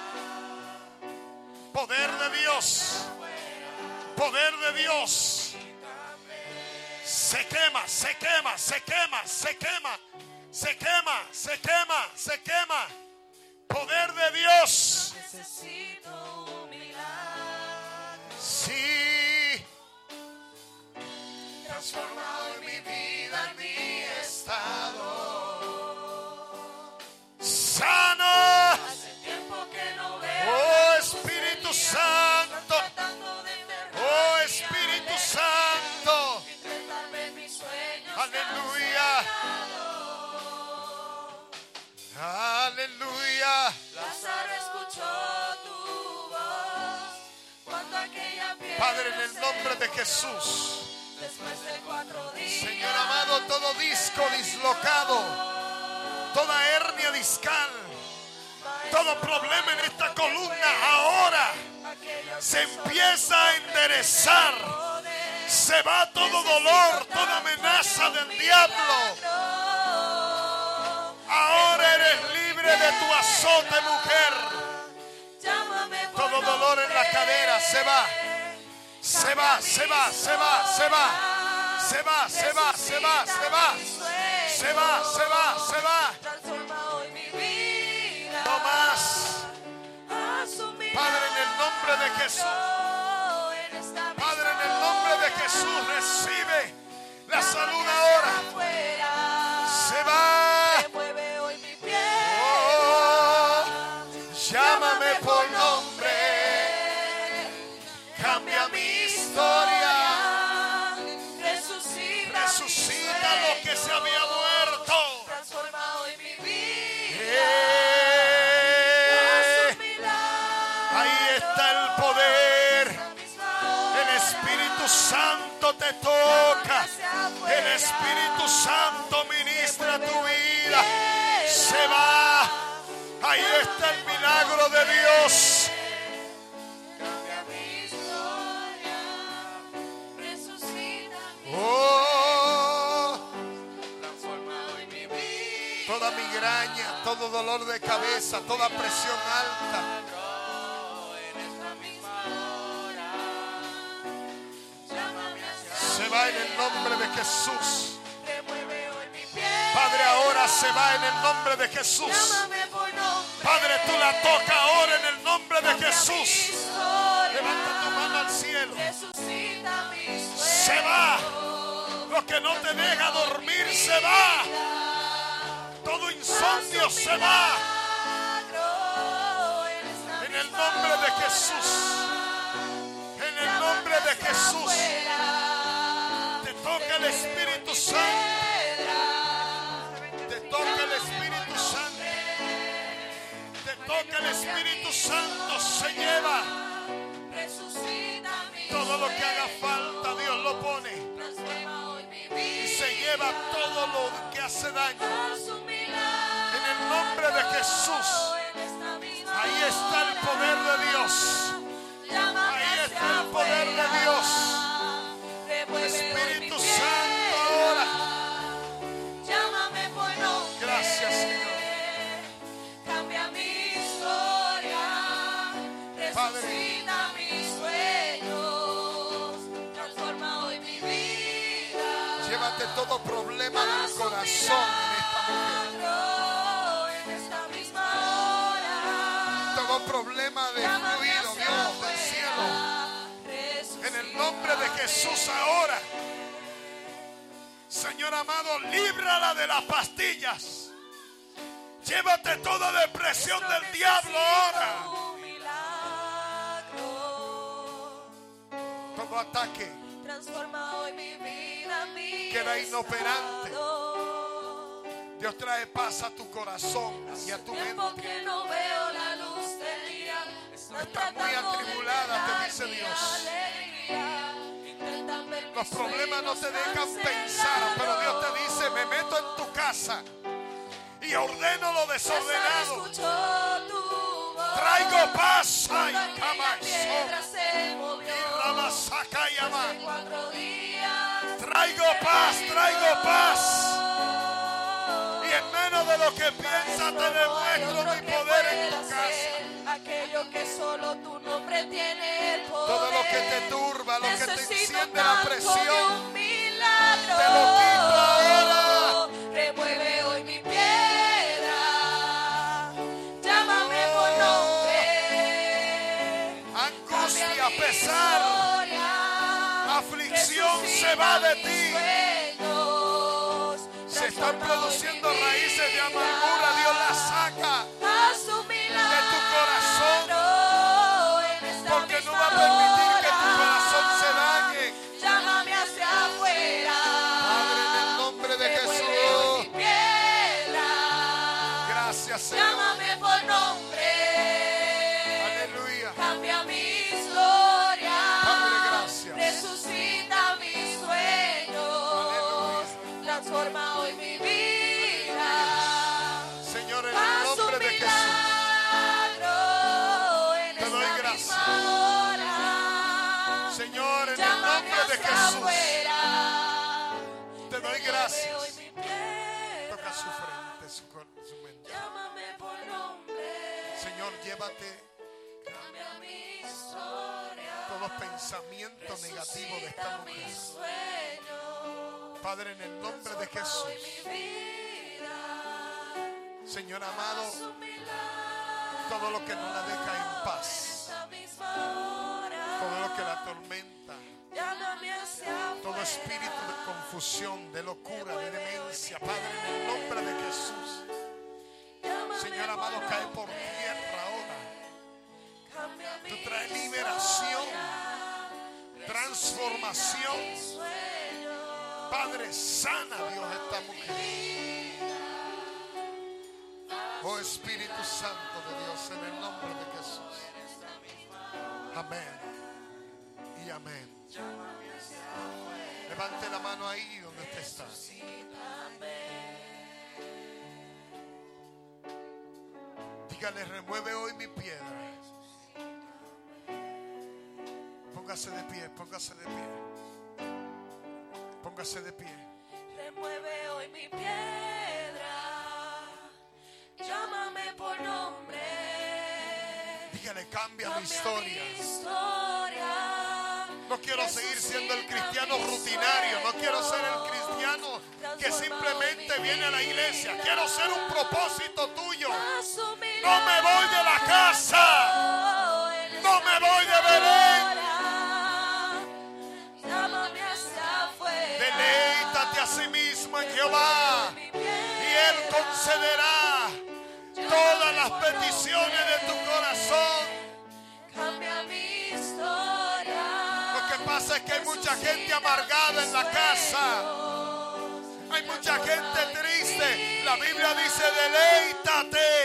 Poder de Dios. Poder de Dios. Se quema, se quema, se quema, se quema, se quema, se quema, se quema. Poder de Dios.
Necesito un milagro.
Sí.
Transformado en mi vida, en mi estado.
Sana.
Hace tiempo que no veo.
Oh Espíritu Santo.
Tratando de enfermar
Oh
mi
Espíritu
alegría.
Santo.
Intentarme en mis sueños.
Aleluya. Aleluya.
Lázaro escuchó tu voz cuando aquella piedra
Padre, en el nombre de Jesús.
después de 4 días.
Señor amado, todo disco dislocado, toda hernia discal, todo problema en esta columna ahora se empieza a enderezar. Se va todo dolor, toda amenaza del diablo. Ahora eres libre de tu azote, mujer.
Llámame por
Todo dolor en la cadera se va. Se va, se va, se va, se va. Se va, se va, se va, se va. Se va, se va, se va.
Transforma hoy mi vida.
No más. Padre, en el nombre de Jesús. Padre, en el nombre de Jesús, recibe la salud ahora. Se va. Ahí está el milagro de Dios.
Cambia mi historia, resucita mi
Oh,
transforma hoy mi vida.
toda migraña, todo dolor de cabeza, toda presión alta.
En esta misma hora, llámame hacia
Se va en el nombre de Jesús.
remueve hoy mi piel.
Padre, ahora se va en el nombre de Jesús.
Llámame por nombre.
Padre, tú la tocas ahora en el nombre de
Cambia mi
Jesús.
historia,
Levanta tu mano al cielo.
resucita mi sueño.
Se va. Lo que no te deja dormir se va. Todo insomnio se va. En el nombre de Jesús. En el nombre de Jesús. Te toca el Espíritu Santo. Te toca el Espíritu Santo. Te toca el Espíritu Santo. Se lleva todo lo que haga falta. Dios lo pone. Y se lleva todo lo que hace daño. En el nombre de Jesús. Ahí está el poder de Dios. Ahí está el poder de Dios. Espíritu Santo ahora.
Llámame por nombre.
Gracias, Señor.
Cambia mi historia.
Padre.
Resucita mis sueños. Transforma hoy mi vida.
Llévate todo problema del corazón en esta mujer.
En esta misma hora.
Todo problema de fluido, Dios del cielo. En el nombre de Jesús ahora. Señor amado, líbrala de las pastillas. Llévate toda depresión del diablo ahora. Todo ataque
Transforma hoy mi vida, mi
queda inoperante.
estado.
Dios trae paz a tu corazón y a tu
Tiempo
mente.
que no veo la luz del día.
Estás muy atribulada, te dice Dios. Los problemas no te dejan pensar, pero Dios te dice, me meto en tu casa y ordeno lo desordenado. Traigo paz. Ay, traigo paz, traigo paz. Y en menos de lo que piensas te demuestro mi poder en tu casa.
Aquello que solo tu nombre tiene el poder.
Todo lo que te turba, lo que te
Necesito
enciende la
tanto de
presión,
un milagro.
te lo quito ahora.
Remueve hoy mi piedra. Llámame por nombre.
Angustia, pesar, aflicción se va de ti. Se están produciendo raíces de amargura. Dios las saca de tu corazón, porque no va a permitir que tu corazón se dañe.
Llámame hacia afuera.
Padre, en el nombre de Jesús. Gracias, Señor.
Llámame por nombre.
Aleluya.
Cambia mi historia.
Padre, gracias.
Resucita mis sueños. Transforma hoy mi vida.
Señor, en el
Haz un
nombre de Jesús.
milagro en
Te doy
esta
gracias.
misma hora.
Señor, en el
Llámame
nombre de
hacia
Jesús.
afuera.
Te doy
Remueve
gracias.
hoy mi piedra.
Toca su frente, su mente.
Llámame por nombre.
Señor, llévate
Cambia mi historia.
todo pensamiento negativo de esta
Resucita
mujer.
mis sueños.
Padre, en el nombre de
Transforma
Jesús.
hoy mi vida.
Señor amado,
Haz un milagro
todo lo que no la deja en paz,
esta misma hora.
todo lo que la atormenta,
Llámame hacia
todo
afuera.
espíritu de confusión, de locura, de demencia, Padre, en el nombre de Jesús.
Llámame
Señor
por
amado, cae por
nombre.
tierra ahora.
Cambia
Tú
mi
traes liberación,
historia.
transformación.
Mis sueños.
Padre, sana, Dios, esta mujer. Oh Espíritu Santo de Dios, en el nombre de Jesús. Amén y amén. Levante la mano ahí donde usted está. Dígale, remueve hoy mi piedra. Póngase de pie, póngase de pie. Póngase de pie.
Remueve hoy mi piedra, llámame por nombre.
Dígale, cambia mi historia.
historia.
No quiero seguir siendo el cristiano rutinario. No quiero ser el cristiano que simplemente viene a la iglesia. Quiero ser un propósito tuyo. No me voy de la casa. No me voy de Belén. Deleítate a sí mismo en Jehová y Él concederá todas las peticiones de tu corazón.
Cambia mi historia.
Lo que pasa es que hay mucha gente amargada en la casa. Hay mucha gente triste. La Biblia dice, deleítate,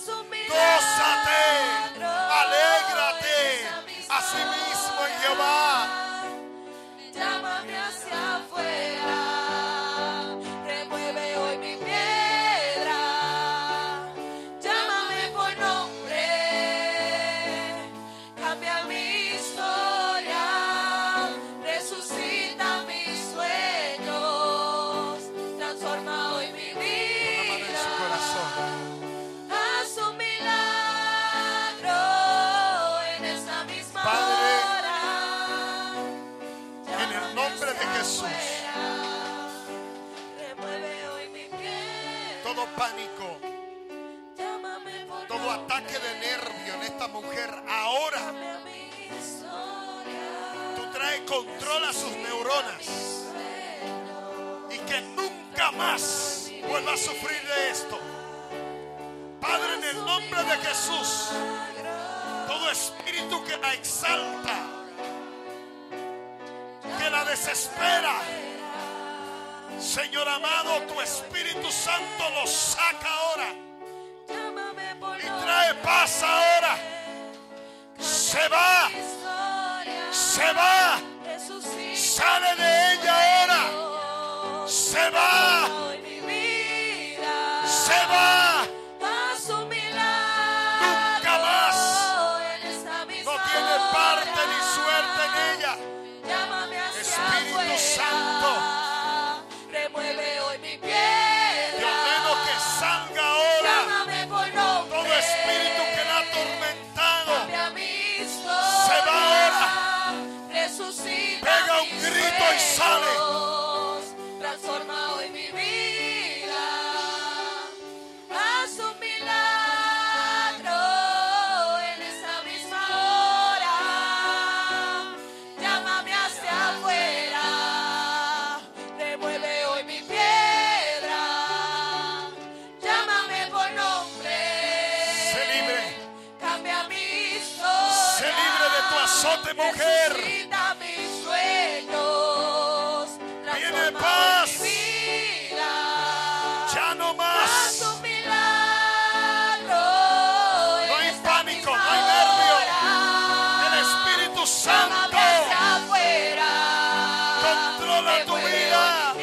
gózate, alégrate a sí mismo en Jehová.
Llámame hacia afuera, remueve hoy mi piedra, llámame por nombre, cambia mi historia, resucita mis sueños, transforma hoy mi vida, haz un milagro en esta misma
Padre,
hora.
en el nombre de Jesús,
Remueve hoy mi piel.
todo pánico,
Llámame por
todo ataque de nervio en esta mujer, ahora
cambia mi historia.
tú traes control a sus neuronas y que nunca más vuelva a sufrir de esto. Padre, en el nombre de Jesús, todo espíritu que la exalta, que la desespera, Señor amado, tu Espíritu Santo lo saca ahora
Llámame por
y trae paz ahora. Se va, se va, sale de ella ahora, se va,
hoy mi vida.
se va,
Haz un milagro
nunca más.
en esta misma
No tiene parte
hora.
ni suerte en ella.
Llámame hacia
Espíritu
afuera.
Santo,
Remueve hoy mi piedra.
te ordeno que salga ahora
Llámame por nombre.
todo espíritu que la ha atormentado.
Cambia mi historia.
Se va ahora.
Resucita
Pega un
mis
grito y sale.
sueños. Transforma hoy mi vida. Haz un milagro en esta misma hora. Llámame hacia afuera. Remueve hoy mi piedra. Llámame por nombre.
Sé libre,
Cambia mi historia.
sé libre de tu azote, mujer.
Resucita mis sueños.
Viene
Transforma
paz.
mi vida.
Ya no
Haz
más.
un milagro.
No hay pánico, no hay nervio. El Espíritu Santo controla tu vida.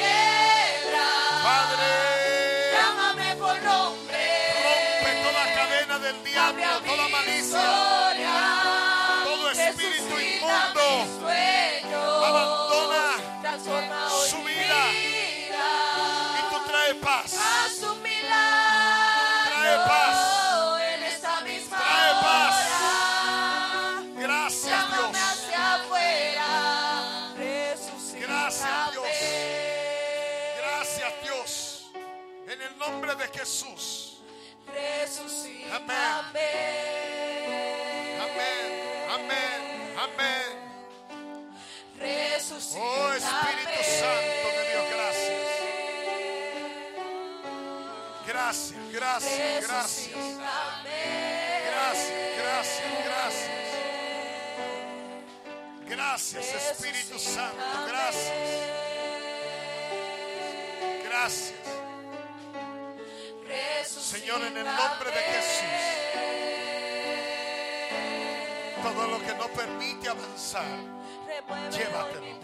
Padre,
Llámame por nombre.
rompe toda cadena del diablo, toda malicia, todo espíritu inmundo. Abandona su vida y tú trae paz.
Haz un milagro.
Trae paz.
En esta misma
Trae paz.
hora.
Gracias,
Llámame
Dios.
hacia afuera. Resucítame.
Gracias, Dios. Gracias, Dios. En el nombre de Jesús.
Resucítame.
Amén. Amén. Amén.
Resucítame.
Oh, Espíritu Santo de Dios, gracias. Gracias, gracias, gracias. Gracias, gracias, gracias. Gracias, Espíritu Santo, gracias. Gracias. Señor, en el nombre de Jesús, todo lo que no permite avanzar, llévatelo.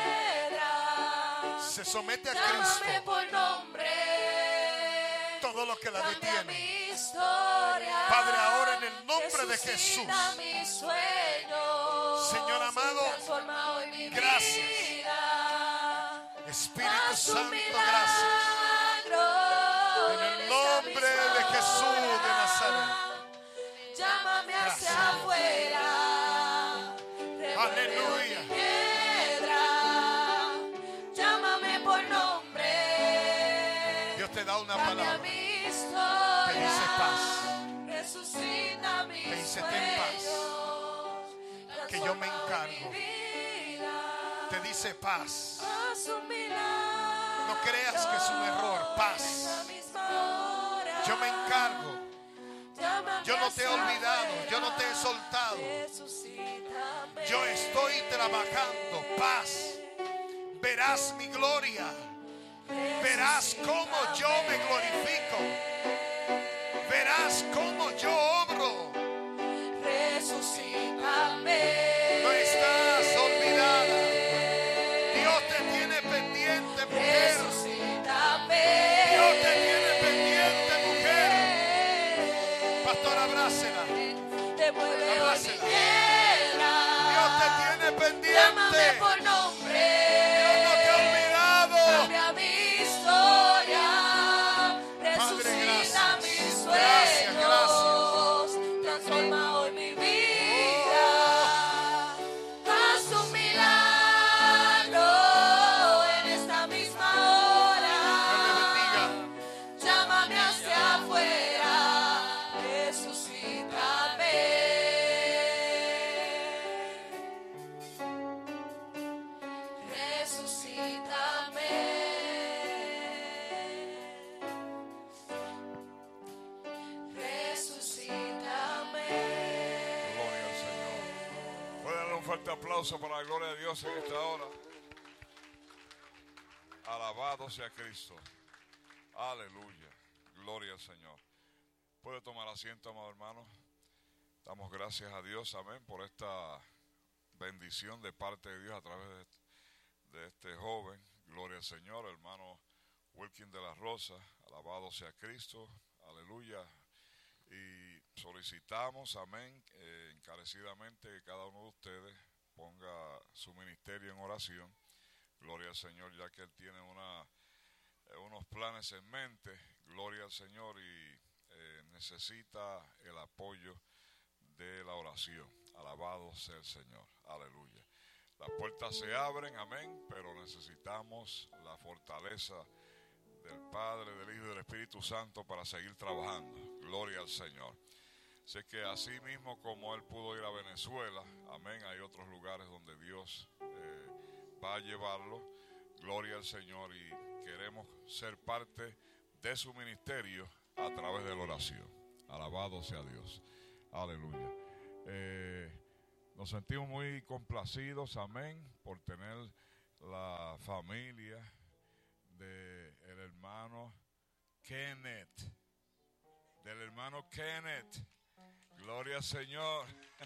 Se somete a
Llámame
Cristo.
por nombre.
Todo lo que la
Cambia
detiene,
mi historia.
Padre, ahora en el nombre de Jesús.
Resucita mis sueños.
Señor amado,
Transforma hoy mi
gracias.
vida.
Espíritu
Haz un
Santo,
milagro
gracias. En el
esta
nombre
misma
de Jesús de
hora.
Nazaret.
Llámame hacia
Gracias.
afuera.
Aleluya.
Mi piedra. Llámame por nombre.
Dios te da una
Cambia
palabra.
mi historia.
Te dice paz.
Resucita mis
Te dice ten paz.
sueños.
Que yo me
Transforma hoy
encargo.
mi vida.
Te dice paz.
Haz un milagro.
No creas que es un error. Paz.
Esta misma hora.
Yo me encargo.
Llámame
Yo no te he
hacia
olvidado.
afuera.
Yo no te he soltado.
Resucítame.
Yo estoy trabajando. Paz. Verás mi gloria. Verás cómo yo me glorifico. Verás cómo yo obro.
Resucítame.
No estás olvidada. Dios te tiene pendiente, mujer.
Resucítame.
Dios te tiene pendiente, mujer. Pastor, abrácela.
Devuelve hoy mi
Abrácela.
piedra.
Dios te tiene
Llámame
pendiente.
por nombre.
Dios no te ha olvidado.
Cambia mi historia. Resucita
gracias.
mis
Gracias,
sueños. Transforma hoy mi vida. Haz un milagro en esta misma hora.
Dios le bendiga.
Llámame hacia afuera. Resucítame. Resucítame.
Gloria al Señor. Puede darle un fuerte aplauso para la gloria de Dios en esta hora. Alabado sea Cristo. Aleluya. Gloria al Señor. Puede tomar asiento, amado hermano. Damos gracias a Dios, amén, por esta bendición de parte de Dios a través de este joven. Gloria al Señor, hermano Wilkin de la Rosa. Alabado sea Cristo. Aleluya. Y solicitamos, amén, encarecidamente que cada uno de ustedes ponga su ministerio en oración. Gloria al Señor, ya que Él tiene unos planes en mente. Gloria al Señor, y necesita el apoyo de la oración. Alabado sea el Señor. Aleluya. Las puertas se abren, amén, pero necesitamos la fortaleza del Padre, del Hijo y del Espíritu Santo para seguir trabajando. Gloria al Señor. Sé que así mismo como Él pudo ir a Venezuela, amén, hay otros lugares donde Dios va a llevarlo. Gloria al Señor, y queremos ser parte de su ministerio a través de la oración. Alabado sea Dios. Aleluya. Nos sentimos muy complacidos, amén, por tener la familia del hermano Kenneth. Del hermano Kenneth. Gloria al Señor.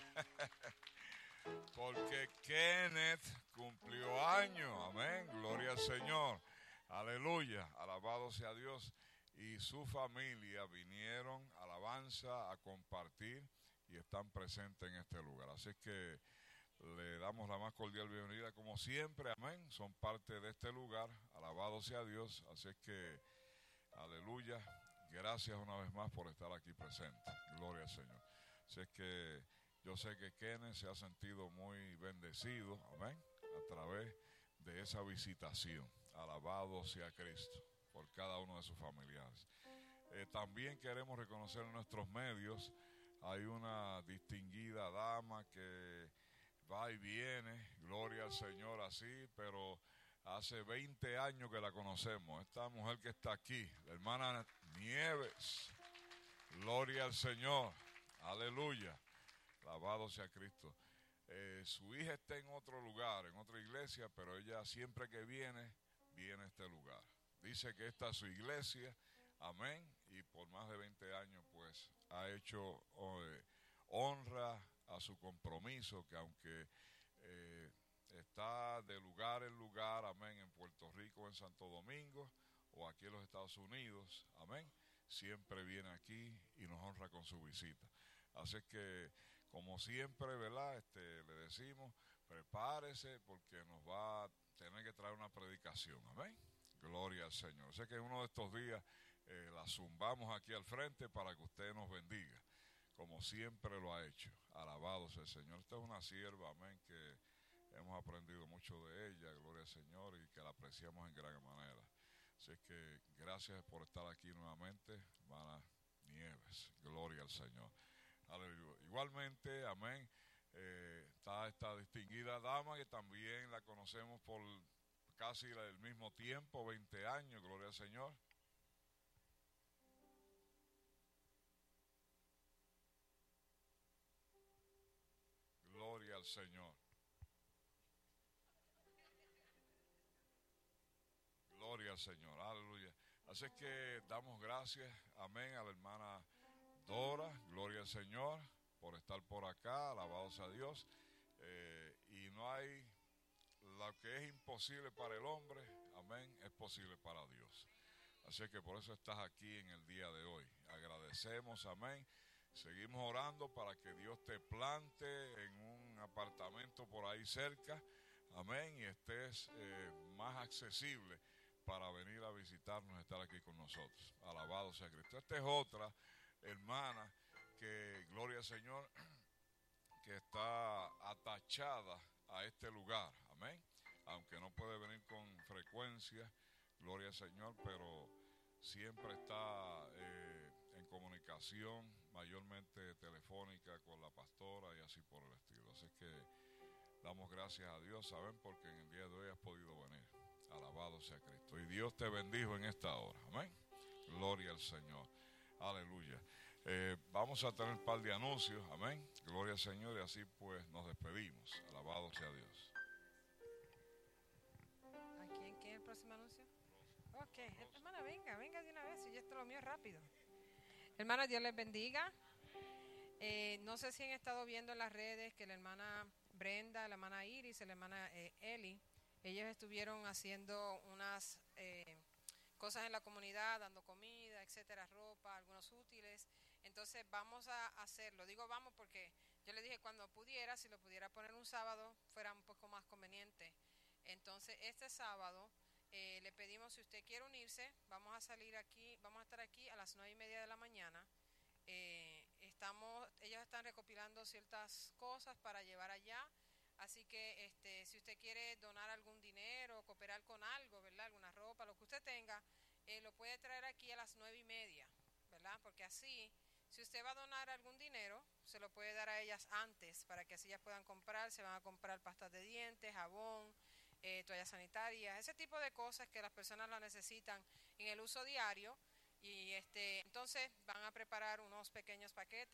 Porque Kenneth cumplió años. Amén. Gloria al Señor. Aleluya. Alabado sea Dios. Y su familia vinieron, alabanza, a compartir y están presentes en este lugar. Así que le damos la más cordial bienvenida como siempre. Amén. Son parte de este lugar. Alabado sea Dios. Así que, aleluya. Gracias una vez más por estar aquí presente. Gloria al Señor. Así que yo sé que Kenneth se ha sentido muy bendecido, amén, a través de esa visitación. Alabado sea Cristo por cada uno de sus familiares. También queremos reconocer en nuestros medios, hay una distinguida dama que va y viene, gloria al Señor, así, pero hace 20 años que la conocemos. Esta mujer que está aquí, la hermana Nieves. Gloria al Señor. Aleluya. Alabado sea Cristo. Su hija está en otro lugar, en otra iglesia, pero ella siempre que viene a este lugar. Dice que esta es su iglesia, amén, y por más de 20 años pues ha hecho honra a su compromiso, que aunque está de lugar en lugar, amén, en Puerto Rico, en Santo Domingo, o aquí en los Estados Unidos, amén, siempre viene aquí y nos honra con su visita. Así que, como siempre, ¿verdad? Le decimos, prepárese porque nos va a tener que traer una predicación. Amén. Gloria al Señor. Sé que uno de estos días la zumbamos aquí al frente para que usted nos bendiga, como siempre lo ha hecho. Alabado sea el Señor. Esta es una sierva, amén, que hemos aprendido mucho de ella, gloria al Señor, y que la apreciamos en gran manera. Así que gracias por estar aquí nuevamente, hermana Nieves. Gloria al Señor. Aleluya. Igualmente, amén, está esta distinguida dama que también la conocemos por casi el mismo tiempo, 20 años, gloria al Señor. Gloria al Señor. Gloria al Señor, aleluya. Así que damos gracias, amén, a la hermana Dora, gloria al Señor, por estar por acá, alabado sea Dios. Y no hay lo que es imposible para el hombre, amén, es posible para Dios. Así que por eso estás aquí en el día de hoy. Agradecemos, amén. Seguimos orando para que Dios te plante en un apartamento por ahí cerca, amén, y estés más accesible para venir a visitarnos, estar aquí con nosotros. Alabado sea Cristo. Esta es otra hermana que, gloria al Señor, que está atachada a este lugar, amén. Aunque no puede venir con frecuencia, gloria al Señor, pero siempre está en comunicación, mayormente telefónica, con la pastora y así por el estilo. Así que damos gracias a Dios, ¿saben? Porque en el día de hoy has podido venir. Alabado sea Cristo. Y Dios te bendijo en esta hora, amén. Gloria al Señor. Aleluya. Vamos a tener un par de anuncios, amén. Gloria al Señor, y así pues nos despedimos. Alabado sea Dios.
¿A quién es el próximo anuncio? Ok, hermana, venga de una vez, y esto lo mío es rápido. Hermana, Dios les bendiga. No sé si han estado viendo en las redes que la hermana Brenda, la hermana Iris y la hermana Eli, ellos estuvieron haciendo unas cosas en la comunidad, dando comida, etcétera, ropa, algunos útiles. Entonces vamos a hacerlo. Digo vamos porque yo le dije cuando pudiera, si lo pudiera poner un sábado, fuera un poco más conveniente. Entonces este sábado le pedimos, si usted quiere unirse, vamos a estar aquí a las 9:30 de la mañana. Ellos están recopilando ciertas cosas para llevar allá. Así que si usted quiere donar algún dinero, cooperar con algo, ¿verdad? Alguna ropa, lo que usted tenga, lo puede traer aquí a las 9:30, ¿verdad? Porque así, si usted va a donar algún dinero, se lo puede dar a ellas antes, para que así ellas puedan comprar. Se van a comprar pastas de dientes, jabón, toallas sanitarias, ese tipo de cosas que las personas la necesitan en el uso diario. Y entonces van a preparar unos pequeños paquetes